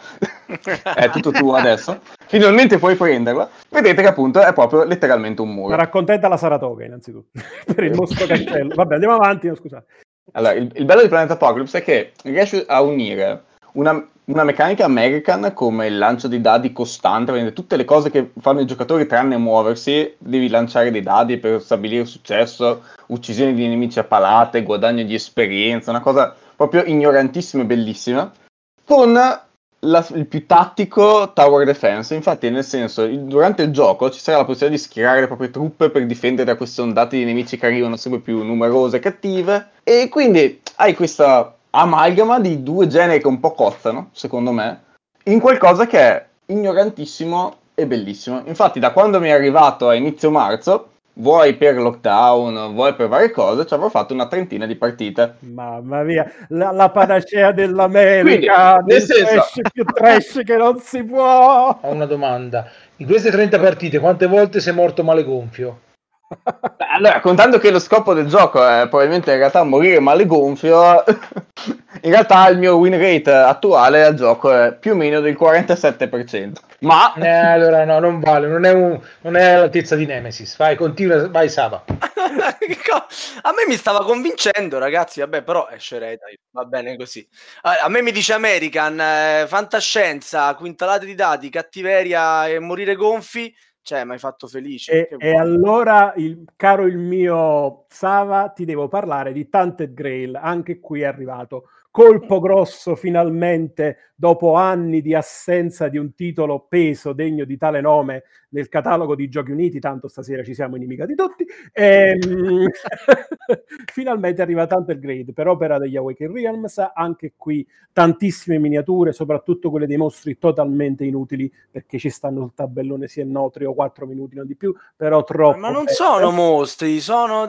è tutto tuo adesso, finalmente puoi prenderlo, vedete che appunto è proprio letteralmente un muro. Ma raccontenta la Saratoga innanzitutto per il mostro cancello. Vabbè, andiamo avanti, no, scusate. Allora, il bello di Planet Apocalypse è che riesce a unire una meccanica American come il lancio di dadi costante, perché tutte le cose che fanno i giocatori tranne muoversi, devi lanciare dei dadi per stabilire successo, uccisioni di nemici a palate, guadagno di esperienza, una cosa proprio ignorantissima e bellissima, con il più tattico Tower Defense. Infatti, nel senso, durante il gioco ci sarà la possibilità di schierare le proprie truppe per difendere da queste ondate di nemici che arrivano sempre più numerose e cattive, e quindi hai questa amalgama di due generi che un po' cozzano, secondo me, in qualcosa che è ignorantissimo e bellissimo. Infatti, da quando mi è arrivato a inizio marzo, vuoi per lockdown, vuoi per varie cose, ci avrò fatto una trentina di partite. Mamma mia, la panacea dell'America, Quindi, nel senso... trash più trash che non si può. Ho una domanda: in queste 30 partite quante volte sei morto male gonfio? Beh, allora, contando che lo scopo del gioco è probabilmente in realtà morire male gonfio, in realtà il mio win rate attuale al gioco è più o meno del 47%. Ma allora no, non vale, non è all'altezza di Nemesis. Vai, continua, vai Sava. A me mi stava convincendo, ragazzi, vabbè, però esce Retail, va bene così. A me mi dice American, fantascienza, quintalate di dati, cattiveria e morire gonfi, cioè mi hai fatto felice. E allora, caro il mio Sava, ti devo parlare di Tainted Grail, anche qui è arrivato. Colpo grosso finalmente, dopo anni di assenza di un titolo peso degno di tale nome nel catalogo di Giochi Uniti, tanto stasera ci siamo inimicati tutti. Finalmente arriva Tainted Grail per opera degli Awakened Realms, anche qui tantissime miniature, soprattutto quelle dei mostri totalmente inutili, perché ci stanno sul tabellone sì e no 3 o 4 minuti, non di più, però troppo. Ma non sono mostri, sono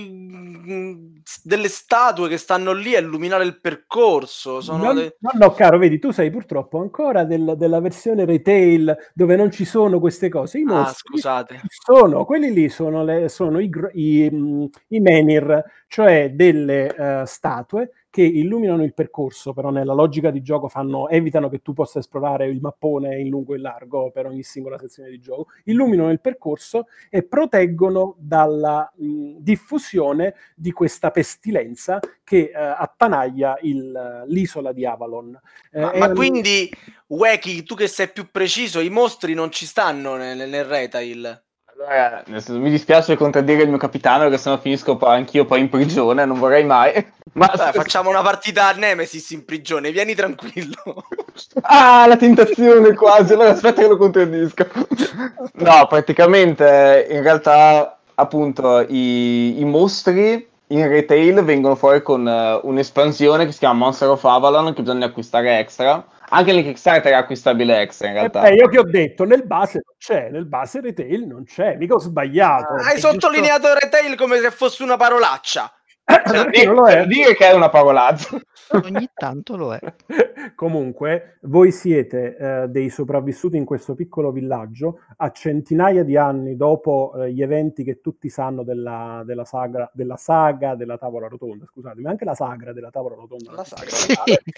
delle statue che stanno lì a illuminare il percorso. No, caro, vedi, tu sei purtroppo ancora della versione retail dove non ci sono queste cose. I mostri scusate. sono, quelli lì sono i menhir, cioè delle statue che illuminano il percorso, però nella logica di gioco evitano che tu possa esplorare il mappone in lungo e in largo per ogni singola sezione di gioco, illuminano il percorso e proteggono dalla diffusione di questa pestilenza che attanaglia l'isola di Avalon. Ma quindi, Wacky, tu che sei più preciso, i mostri non ci stanno nel retail? Allora, mi dispiace contraddire il mio capitano, che sennò finisco anch'io poi in prigione, non vorrei mai. Ma facciamo una partita a Nemesis in prigione, vieni tranquillo. La tentazione quasi, allora aspetta che lo contraddisco. No, praticamente in realtà appunto i mostri in retail vengono fuori con un'espansione che si chiama Monster of Avalon, che bisogna acquistare extra. Anche nel Kickstarter è acquistabile extra in realtà. Io che ho detto, nel base non c'è, nel base retail non c'è, mica ho sbagliato. Hai sottolineato retail come se fosse una parolaccia. Non lo è. Dire che è una parolazza. Ogni tanto lo è. Comunque, voi siete dei sopravvissuti in questo piccolo villaggio a centinaia di anni dopo gli eventi che tutti sanno della saga della tavola rotonda, scusate, ma anche la sagra della tavola rotonda. La sagra. Sì.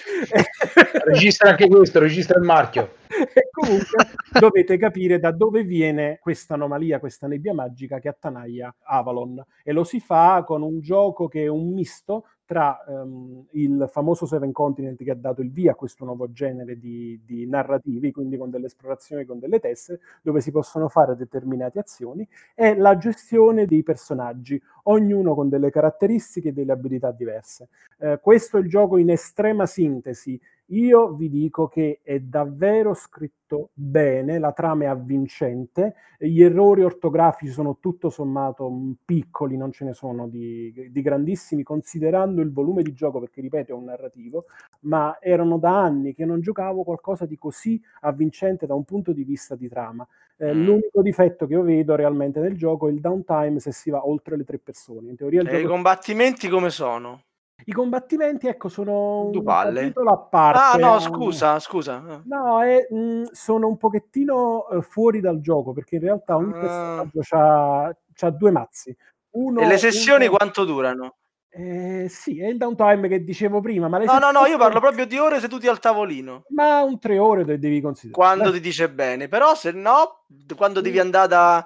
Registra anche questo, registra il marchio. E comunque dovete capire da dove viene questa anomalia, questa nebbia magica che attanaglia Avalon, e lo si fa con un gioco che è un misto tra il famoso Seven Continent, che ha dato il via a questo nuovo genere di narrativi, quindi con delle esplorazioni, con delle tessere, dove si possono fare determinate azioni, e la gestione dei personaggi, ognuno con delle caratteristiche e delle abilità diverse. Questo è il gioco in estrema sintesi. Io vi dico che è davvero scritto bene, la trama è avvincente, gli errori ortografici sono tutto sommato piccoli, non ce ne sono di grandissimi, considerando il volume di gioco, perché ripeto è un narrativo, ma erano da anni che non giocavo qualcosa di così avvincente da un punto di vista di trama. L'unico difetto che io vedo realmente nel gioco è il downtime se si va oltre le 3 persone. In teoria il gioco... I combattimenti come sono? I combattimenti, ecco, sono un capitolo a parte. No, scusa. No, sono un pochettino fuori dal gioco, perché in realtà ogni personaggio c'ha 2 mazzi. E le sessioni quanto durano? Sì, è il downtime che dicevo prima. Ma No, io parlo proprio di ore seduti al tavolino. Ma un 3 ore devi considerare. Quando ti dice bene, però se no, quando devi andare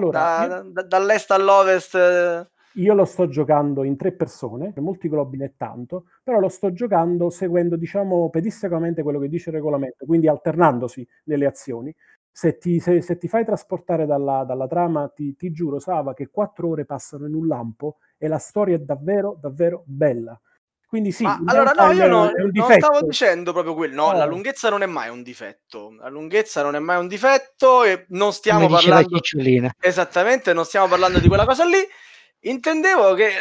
dall'est all'ovest... Io lo sto giocando in 3 persone, molti globin è tanto, però lo sto giocando seguendo, diciamo, pedissequamente quello che dice il regolamento, quindi alternandosi nelle azioni. Se ti fai trasportare dalla trama, ti giuro, Sava, che 4 ore passano in un lampo e la storia è davvero, davvero bella. Quindi sì, allora no, io non stavo dicendo proprio quello. No, la lunghezza non è mai un difetto. La lunghezza non è mai un difetto e non stiamo parlando... Esattamente, non stiamo parlando di quella cosa lì. Intendevo che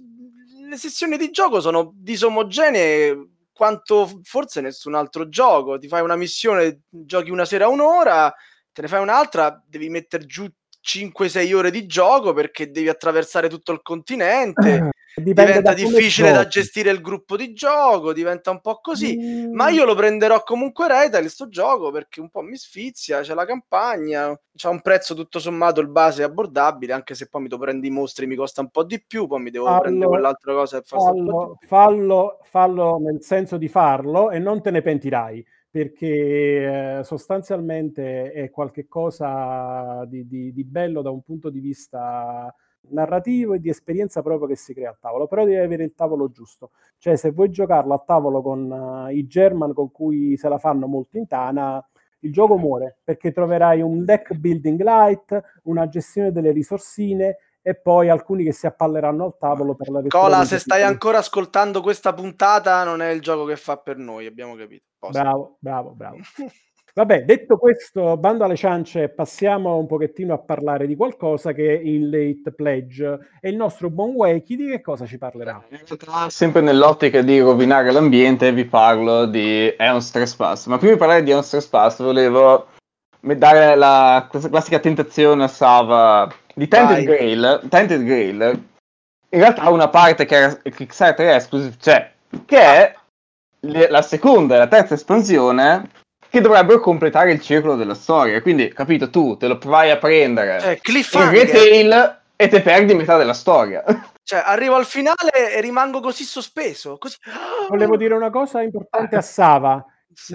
le sessioni di gioco sono disomogenee quanto forse nessun altro gioco. Ti fai una missione, giochi una sera 1 ora, te ne fai un'altra, devi mettere giù 5-6 ore di gioco perché devi attraversare tutto il continente. Dipende Diventa da come difficile da giochi. gestire il gruppo di gioco, diventa un po' così. Ma io lo prenderò comunque retail sto gioco perché un po' mi sfizia, c'è la campagna, c'ha un prezzo tutto sommato, il base è abbordabile, anche se poi mi devo prendere i mostri, mi costa un po' di più, poi mi devo prendere quell'altra cosa e fallo nel senso di farlo e non te ne pentirai, perché sostanzialmente è qualche cosa di bello da un punto di vista narrativo e di esperienza proprio che si crea al tavolo, però devi avere il tavolo giusto. Cioè, se vuoi giocarlo a tavolo con i German con cui se la fanno molto in tana, il gioco muore, perché troverai un deck building light, una gestione delle risorsine e poi alcuni che si appalleranno al tavolo per la lettura. Cola, se stai ancora ascoltando questa puntata, non è il gioco che fa per noi, abbiamo capito. Bravo. Vabbè, detto questo, bando alle ciance, passiamo un pochettino a parlare di qualcosa che è in late pledge. E il nostro buon Wakey di che cosa ci parlerà? Sempre nell'ottica di rovinare l'ambiente, vi parlo di Eon's Trespass. Ma prima di parlare di Eon's Trespass, volevo dare la classica tentazione a Sava di Tainted Grail. In realtà una parte che era Kickstarter exclusive c'è, che è la seconda e la terza espansione che dovrebbero completare il circolo della storia. Quindi, capito, tu te lo vai a prendere in retail e te perdi metà della storia. Cioè, arrivo al finale e rimango così sospeso. Così... Volevo dire una cosa importante a Sava. Sì.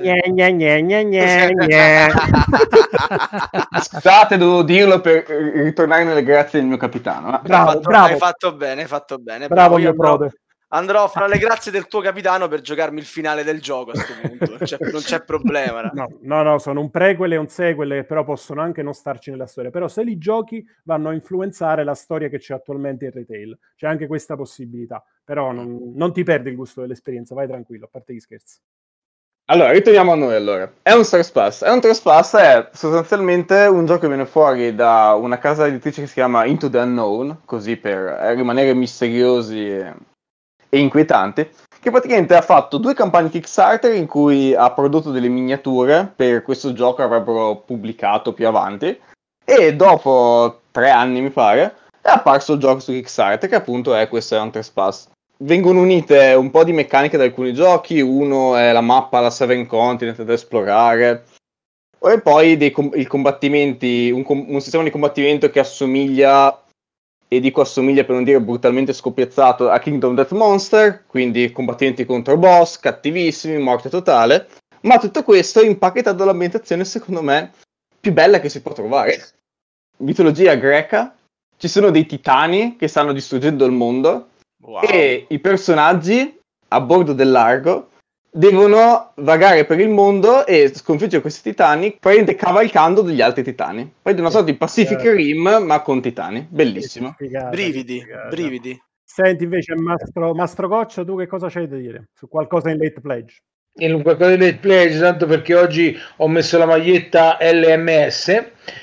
Scusate, dovevo dirlo per ritornare nelle grazie del mio capitano. Bravo. Hai fatto bene. Bravo mio prode. Andrò fra le grazie del tuo capitano per giocarmi il finale del gioco a questo punto. Non c'è problema. No, sono un prequel e un sequel, però possono anche non starci nella storia. Però se li giochi vanno a influenzare la storia che c'è attualmente in retail. C'è anche questa possibilità. Però non ti perdi il gusto dell'esperienza, vai tranquillo, a parte gli scherzi. Allora, ritorniamo a noi allora. Eon's Trespass è sostanzialmente un gioco che viene fuori da una casa editrice che si chiama Into the Unknown, così per rimanere misteriosi e inquietanti, che praticamente ha fatto 2 campagne Kickstarter in cui ha prodotto delle miniature per questo gioco, avrebbero pubblicato più avanti, e dopo 3 anni mi pare è apparso il gioco su Kickstarter, che appunto è questo Eon's Trespass. Vengono unite un po' di meccaniche da alcuni giochi, uno è la mappa alla Seven Continent da esplorare, e poi i combattimenti, un sistema di combattimento che assomiglia, e dico assomiglia per non dire brutalmente scoppiazzato, a Kingdom Death Monster, quindi combattimenti contro boss, cattivissimi, morte totale, ma tutto questo impacchettato dall'ambientazione secondo me più bella che si può trovare. Mitologia greca, ci sono dei titani che stanno distruggendo il mondo. Wow. E i personaggi a bordo del largo devono vagare per il mondo e sconfiggere questi titani, praticamente cavalcando degli altri titani. Poi è una sorta di Pacific Rim, ma con titani. Bellissimo. Brividi. Senti invece, Mastro Coccio, tu che cosa c'hai da dire su qualcosa in late pledge? In qualcosa di late pledge, tanto perché oggi ho messo la maglietta LMS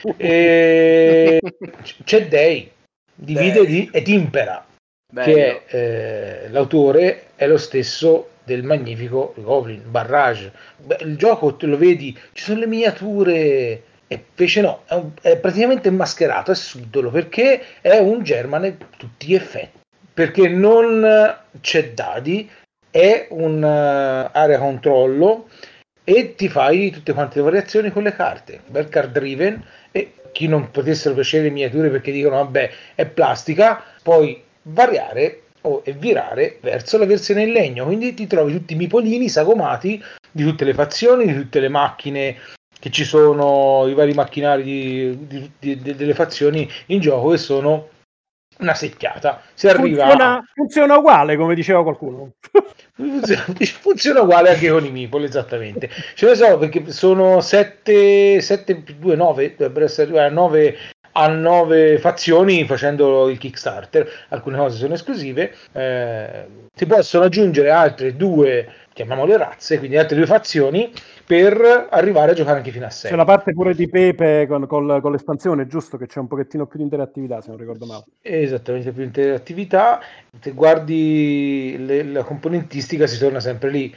e c'è Day, divide ed impera. Bello. Che l'autore è lo stesso del magnifico Goblin Barrage. Il gioco te lo vedi, ci sono le miniature, e invece no, è praticamente mascherato, è subdolo, perché è un German a tutti gli effetti, perché non c'è dadi, è un area controllo e ti fai tutte quante le variazioni con le carte, bel card driven. E chi non potessero piacere le miniature perché dicono vabbè è plastica, poi variare e virare verso la versione in legno, quindi ti trovi tutti i mipolini sagomati di tutte le fazioni, di tutte le macchine che ci sono, i vari macchinari delle fazioni in gioco, che sono una secchiata. Funziona uguale, come diceva qualcuno. Funziona uguale anche con i meeple, esattamente. Ce ne so, perché sono 7 più 2, 9, dovrebbero essere 9 a 9 fazioni facendo il Kickstarter. Alcune cose sono esclusive, si possono aggiungere altre 2, chiamiamole razze, quindi altre 2 fazioni per arrivare a giocare anche fino a 6. C'è la parte pure di Pepe con l'espansione, giusto? Che c'è un pochettino più di interattività, se non ricordo male. Esattamente, più interattività. Se guardi la componentistica si torna sempre lì.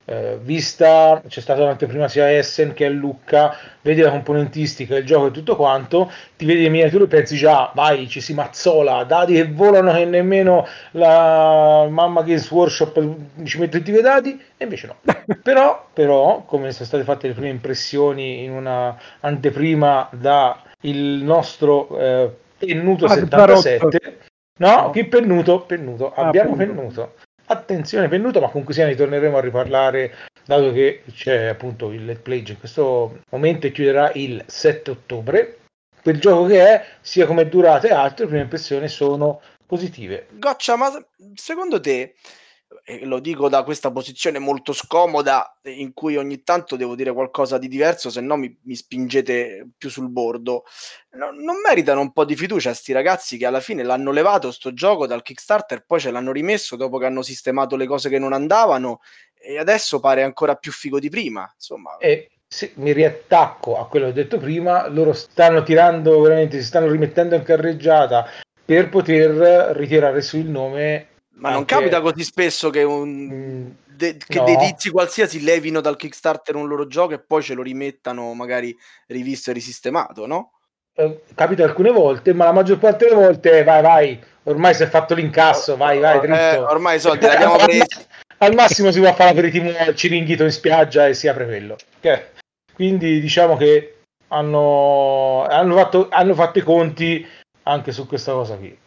vista, c'è stata un'anteprima sia a Essen che a Lucca, vedi la componentistica, il gioco e tutto quanto, ti vedi le miniature e pensi già, vai, ci si mazzola, dadi che volano che nemmeno la mamma Games Workshop ci mette tutti i dadi, e invece no. però, come sono state fatte le prime impressioni in una anteprima da il nostro Pennuto 77, no, qui Pennuto, abbiamo Pennuto. Attenzione Pennuto, ma comunque sia ne torneremo a riparlare, dato che c'è appunto il Let's Play in questo momento e chiuderà il 7 ottobre. Quel gioco che è, sia come durate e altro, le prime impressioni sono positive. Goccia, ma secondo te, e lo dico da questa posizione molto scomoda in cui ogni tanto devo dire qualcosa di diverso, se no mi spingete più sul bordo, non meritano un po' di fiducia sti ragazzi che alla fine l'hanno levato sto gioco dal Kickstarter, poi ce l'hanno rimesso dopo che hanno sistemato le cose che non andavano e adesso pare ancora più figo di prima, insomma. Se mi riattacco a quello che ho detto prima, loro stanno tirando veramente, si stanno rimettendo in carreggiata per poter ritirare su il nome. Ma non capita così spesso che dei tizi qualsiasi levino dal Kickstarter un loro gioco e poi ce lo rimettano magari rivisto e risistemato, no? Capita alcune volte, ma la maggior parte delle volte vai, ormai si è fatto l'incasso, vai dritto. Ormai i soldi l'abbiamo presi. Al massimo si può fare l'aperitivo al Ciringhito in spiaggia e si apre quello. Quindi diciamo che hanno fatto i conti anche su questa cosa qui.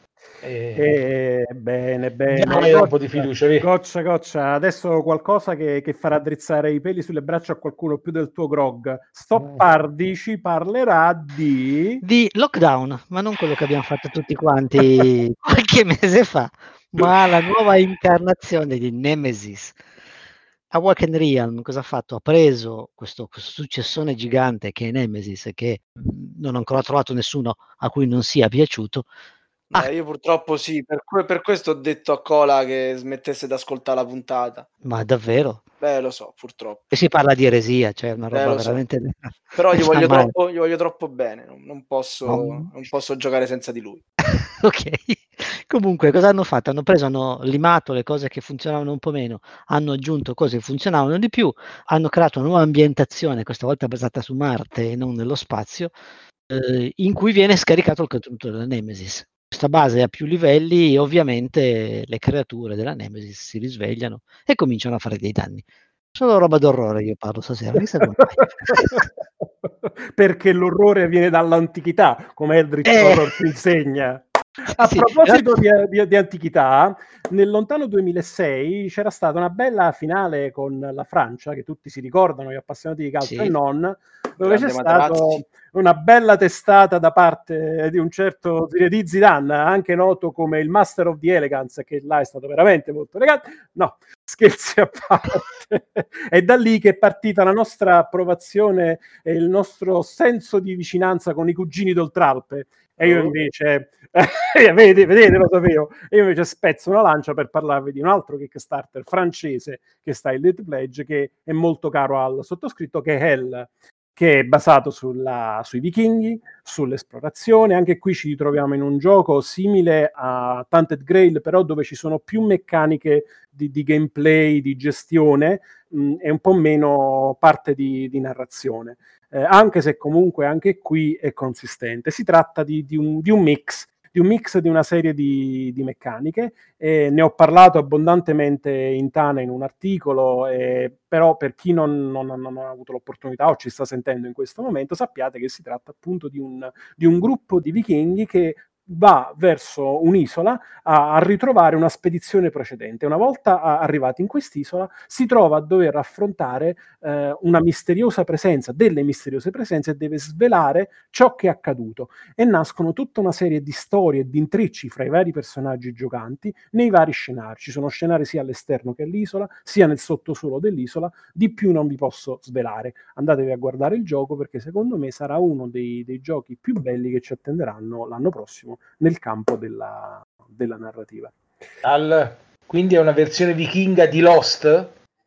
Bene. Un po' di fiducia. Goccia, adesso qualcosa che farà drizzare i peli sulle braccia a qualcuno più del tuo Grog. Stoppardi ci parlerà di Lockdown, ma non quello che abbiamo fatto tutti quanti qualche mese fa, ma la nuova incarnazione di Nemesis. Awakened Realm cosa ha fatto? Ha preso questo successone gigante che è Nemesis, che non ho ancora trovato nessuno a cui non sia piaciuto. Io purtroppo sì, per questo ho detto a Cola che smettesse di ascoltare la puntata. Ma davvero? Lo so, purtroppo. E si parla di eresia, cioè una roba veramente... So. Però gli voglio troppo bene, non posso giocare senza di lui. Ok, comunque cosa hanno fatto? Hanno limato le cose che funzionavano un po' meno, hanno aggiunto cose che funzionavano di più, hanno creato una nuova ambientazione, questa volta basata su Marte e non nello spazio, in cui viene scaricato il contenuto della Nemesis. Questa base ha più livelli e ovviamente le creature della Nemesis si risvegliano e cominciano a fare dei danni. Solo roba d'orrore io parlo stasera, chissà come mai. Perché l'orrore viene dall'antichità, come Eldritch Horror ci insegna. A proposito di antichità, nel lontano 2006 c'era stata una bella finale con la Francia, che tutti si ricordano, gli appassionati di calcio e non, dove c'è stata una bella testata da parte di un certo Zinedine Zidane, anche noto come il Master of the Elegance, che là è stato veramente molto elegante. No, scherzi a parte. È da lì che è partita la nostra approvazione e il nostro senso di vicinanza con i cugini d'Oltralpe. E io invece, vedete, lo sapevo, e io invece spezzo una lancia per parlarvi di un altro Kickstarter francese che sta in Let's Pledge, che è molto caro al sottoscritto, che è Hell, che è basato sui vichinghi, sull'esplorazione. Anche qui ci ritroviamo in un gioco simile a Tainted Grail, però dove ci sono più meccaniche di gameplay, di gestione, e un po' meno parte di narrazione. Anche se comunque anche qui è consistente. Si tratta di un mix di una serie di meccaniche. Ne ho parlato abbondantemente in Tana in un articolo, però per chi non ha avuto l'opportunità o ci sta sentendo in questo momento, sappiate che si tratta appunto di un gruppo di vichinghi che va verso un'isola a ritrovare una spedizione precedente. Una volta arrivati in quest'isola si trova a dover affrontare una misteriosa presenza, delle misteriose presenze, e deve svelare ciò che è accaduto, e nascono tutta una serie di storie e di intrecci fra i vari personaggi giocanti nei vari scenari. Ci sono scenari sia all'esterno che all'isola, sia nel sottosuolo dell'isola. Di più non vi posso svelare, andatevi a guardare il gioco, perché secondo me sarà uno dei giochi più belli che ci attenderanno l'anno prossimo nel campo della narrativa. Quindi è una versione vichinga di Lost?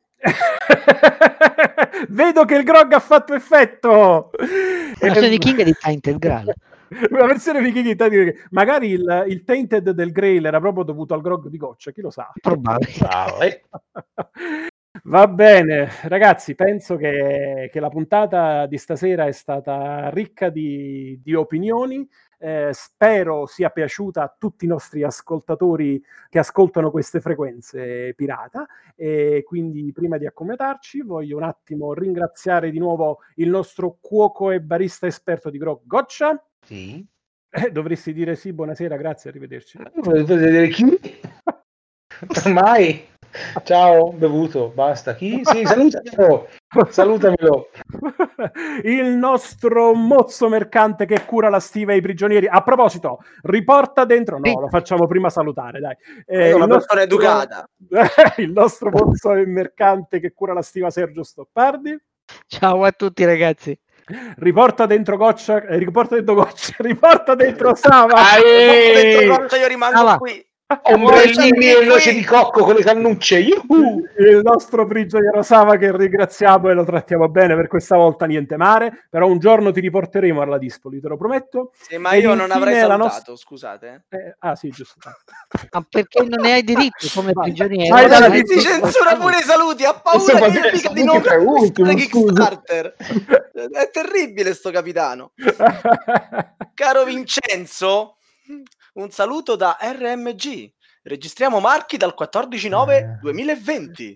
Vedo che il grog ha fatto effetto. La versione vichinga di Tainted Grail. Una versione vichinga di Tainted Grail. Magari il Tainted del Grail era proprio dovuto al grog di Goccia, chi lo sa. Probabile. Va bene, ragazzi, penso che la puntata di stasera è stata ricca di opinioni. Spero sia piaciuta a tutti i nostri ascoltatori che ascoltano queste frequenze pirata. E quindi, prima di accomodarci, voglio un attimo ringraziare di nuovo il nostro cuoco e barista esperto di Grog, Goccia. Sì. Dovresti dire sì, buonasera, grazie, arrivederci. Volete vedere chi? Ormai. Ciao, bevuto, basta. Chi? Sì, salutamelo. Salutamelo. Il nostro mozzo mercante che cura la stiva ai prigionieri. A proposito, riporta dentro. No, lo facciamo prima salutare, dai. È una persona educata. Il nostro mozzo mercante che cura la stiva, Sergio Stoppardi. Ciao a tutti, ragazzi. Riporta dentro Goccia, riporta dentro Goccia, riporta dentro Sava. Riporta dentro Goccia, io rimango qui. Ombrellini e noce di cocco con le cannucce. Il nostro prigioniero Sava, che ringraziamo e lo trattiamo bene, per questa volta niente mare, però un giorno ti riporteremo alla Dispoli, te lo prometto. Sì, ma io non avrei salutato, scusate. Sì, giusto. Ma perché non ne hai diritto come prigioniero? Si censura pure i saluti, ha paura che io dica di non Kickstarter. È terribile sto capitano. Caro Vincenzo, un saluto da RMG. Registriamo marchi dal 14/9/2020.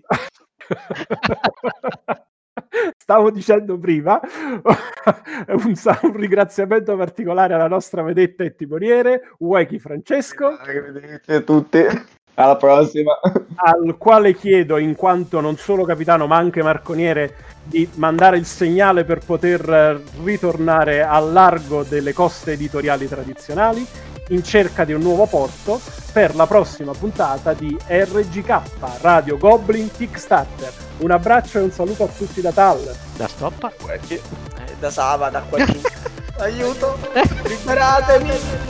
Stavo dicendo prima un ringraziamento particolare alla nostra vedetta e timoniere Uechi Francesco. Arrivederci a tutti, alla prossima. Al quale chiedo, in quanto non solo capitano ma anche marconiere, di mandare il segnale per poter ritornare al largo delle coste editoriali tradizionali in cerca di un nuovo porto per la prossima puntata di RGK Radio Goblin Kickstarter. Un abbraccio e un saluto a tutti da Tal, da Stoppa, da Sava, da qua giù. Aiuto, liberatemi.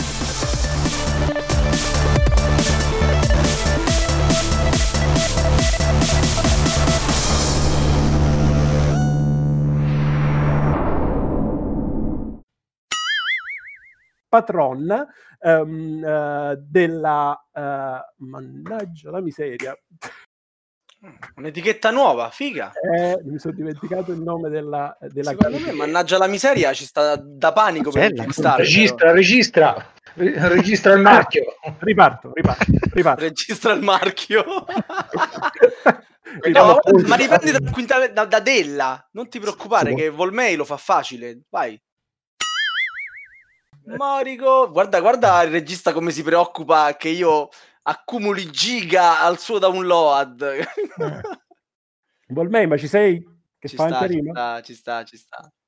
patron della mannaggia la miseria, un'etichetta nuova, figa. Mi sono dimenticato il nome della secondo me, mannaggia la miseria, ci sta da panico per il Kickstarter. Registra il marchio. Riparto. Registra il marchio. No, ma riprendi da Della, non ti preoccupare che Volmei lo fa facile, vai. Morico, guarda il regista come si preoccupa che io accumuli giga al suo download. Volmei, ma ci sei? Che ci fa sta, anche rima? Ci sta.